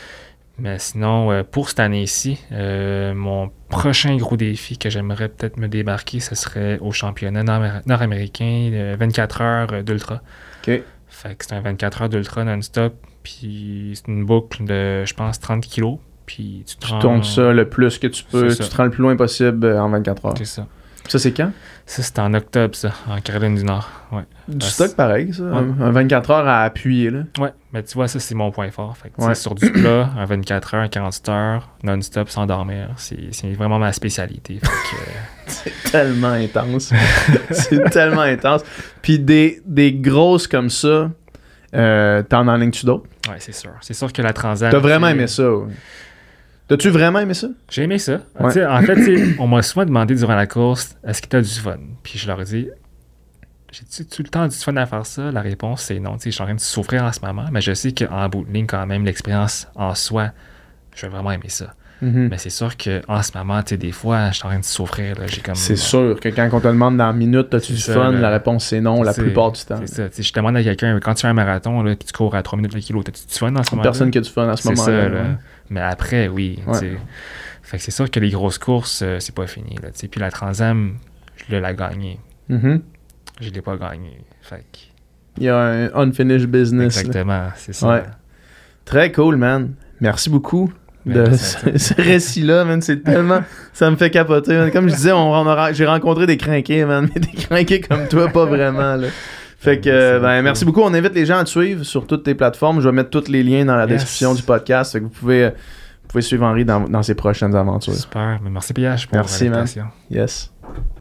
[SPEAKER 2] Mais sinon, euh, pour cette année-ci, euh, mon prochain gros défi que j'aimerais peut-être me débarquer, ce serait au championnat nord- nord-américain, euh, vingt-quatre heures d'ultra.
[SPEAKER 1] OK.
[SPEAKER 2] Fait que c'est un vingt-quatre heures d'ultra non-stop, puis c'est une boucle de, je pense, trente kilos. Puis tu, te
[SPEAKER 1] tu
[SPEAKER 2] rends...
[SPEAKER 1] tournes ça le plus que tu peux, tu te rends le plus loin possible en vingt-quatre heures.
[SPEAKER 2] C'est ça.
[SPEAKER 1] Ça, c'est quand?
[SPEAKER 2] Ça, c'est en octobre, ça, en Caroline du Nord. Ouais.
[SPEAKER 1] Du
[SPEAKER 2] Parce...
[SPEAKER 1] stock pareil, ça.
[SPEAKER 2] Ouais.
[SPEAKER 1] Un, un vingt-quatre heures à appuyer, là.
[SPEAKER 2] Ouais, mais tu vois, ça, c'est mon point fort. Fait que,
[SPEAKER 1] ouais.
[SPEAKER 2] sur du plat, un vingt-quatre heures, quarante-huit heures, non-stop, sans dormir, c'est, c'est vraiment ma spécialité. Fait que, euh...
[SPEAKER 1] c'est tellement intense. C'est tellement intense. Puis des, des grosses comme ça, euh, t'en enlignes-tu d'autres?
[SPEAKER 2] Ouais, c'est sûr. C'est sûr que la transat...
[SPEAKER 1] T'as vraiment aimé ça, ouais. T'as-tu vraiment aimé ça?
[SPEAKER 2] J'ai aimé ça.
[SPEAKER 1] Ouais.
[SPEAKER 2] En fait, on m'a souvent demandé durant la course, est-ce que t'as du fun? Puis je leur ai dit, j'ai-tu tout le temps du fun à faire ça? La réponse, c'est non. Je suis en train de souffrir en ce moment, mais je sais qu'en bout de ligne, quand même, l'expérience en soi, je vais vraiment aimer ça. Mm-hmm. Mais c'est sûr qu'en ce moment, des fois, je suis en train de souffrir. Là, j'ai comme,
[SPEAKER 1] c'est sûr que quand on te demande dans la minute, t'as-tu du
[SPEAKER 2] ça,
[SPEAKER 1] fun?
[SPEAKER 2] là, la
[SPEAKER 1] réponse, c'est non, la plupart du temps.
[SPEAKER 2] C'est ça. Je demande à quelqu'un, quand tu fais un marathon, là, puis tu cours à trois minutes le kilo, t'as-tu du fun en ce moment?
[SPEAKER 1] Personne qui a du fun à ce
[SPEAKER 2] c'est
[SPEAKER 1] moment-là.
[SPEAKER 2] Ça, là.
[SPEAKER 1] Ouais.
[SPEAKER 2] Mais après, oui. Ouais. Fait que c'est sûr que les grosses courses, euh, c'est pas fini. Là, puis la Trans-Am, je l'ai gagnée.
[SPEAKER 1] Mm-hmm.
[SPEAKER 2] Je l'ai pas gagnée. Fait que...
[SPEAKER 1] il y a un unfinished business.
[SPEAKER 2] Exactement,
[SPEAKER 1] là.
[SPEAKER 2] C'est ça.
[SPEAKER 1] Ouais. Très cool, man. Merci beaucoup de ce, ce récit-là, man. C'est tellement... ça me fait capoter, man. Comme je disais, on, on a, j'ai rencontré des crinqués, man. Mais des crinqués comme toi, pas vraiment, là. Fait que, euh, ben, merci beaucoup. On invite les gens à te suivre sur toutes tes plateformes. Je vais mettre tous les liens dans la yes. description du podcast. Fait que vous pouvez, vous pouvez suivre Henri dans, dans ses prochaines aventures.
[SPEAKER 2] Super. Merci, P H, pour
[SPEAKER 1] merci,
[SPEAKER 2] l'invitation.
[SPEAKER 1] Man. Yes.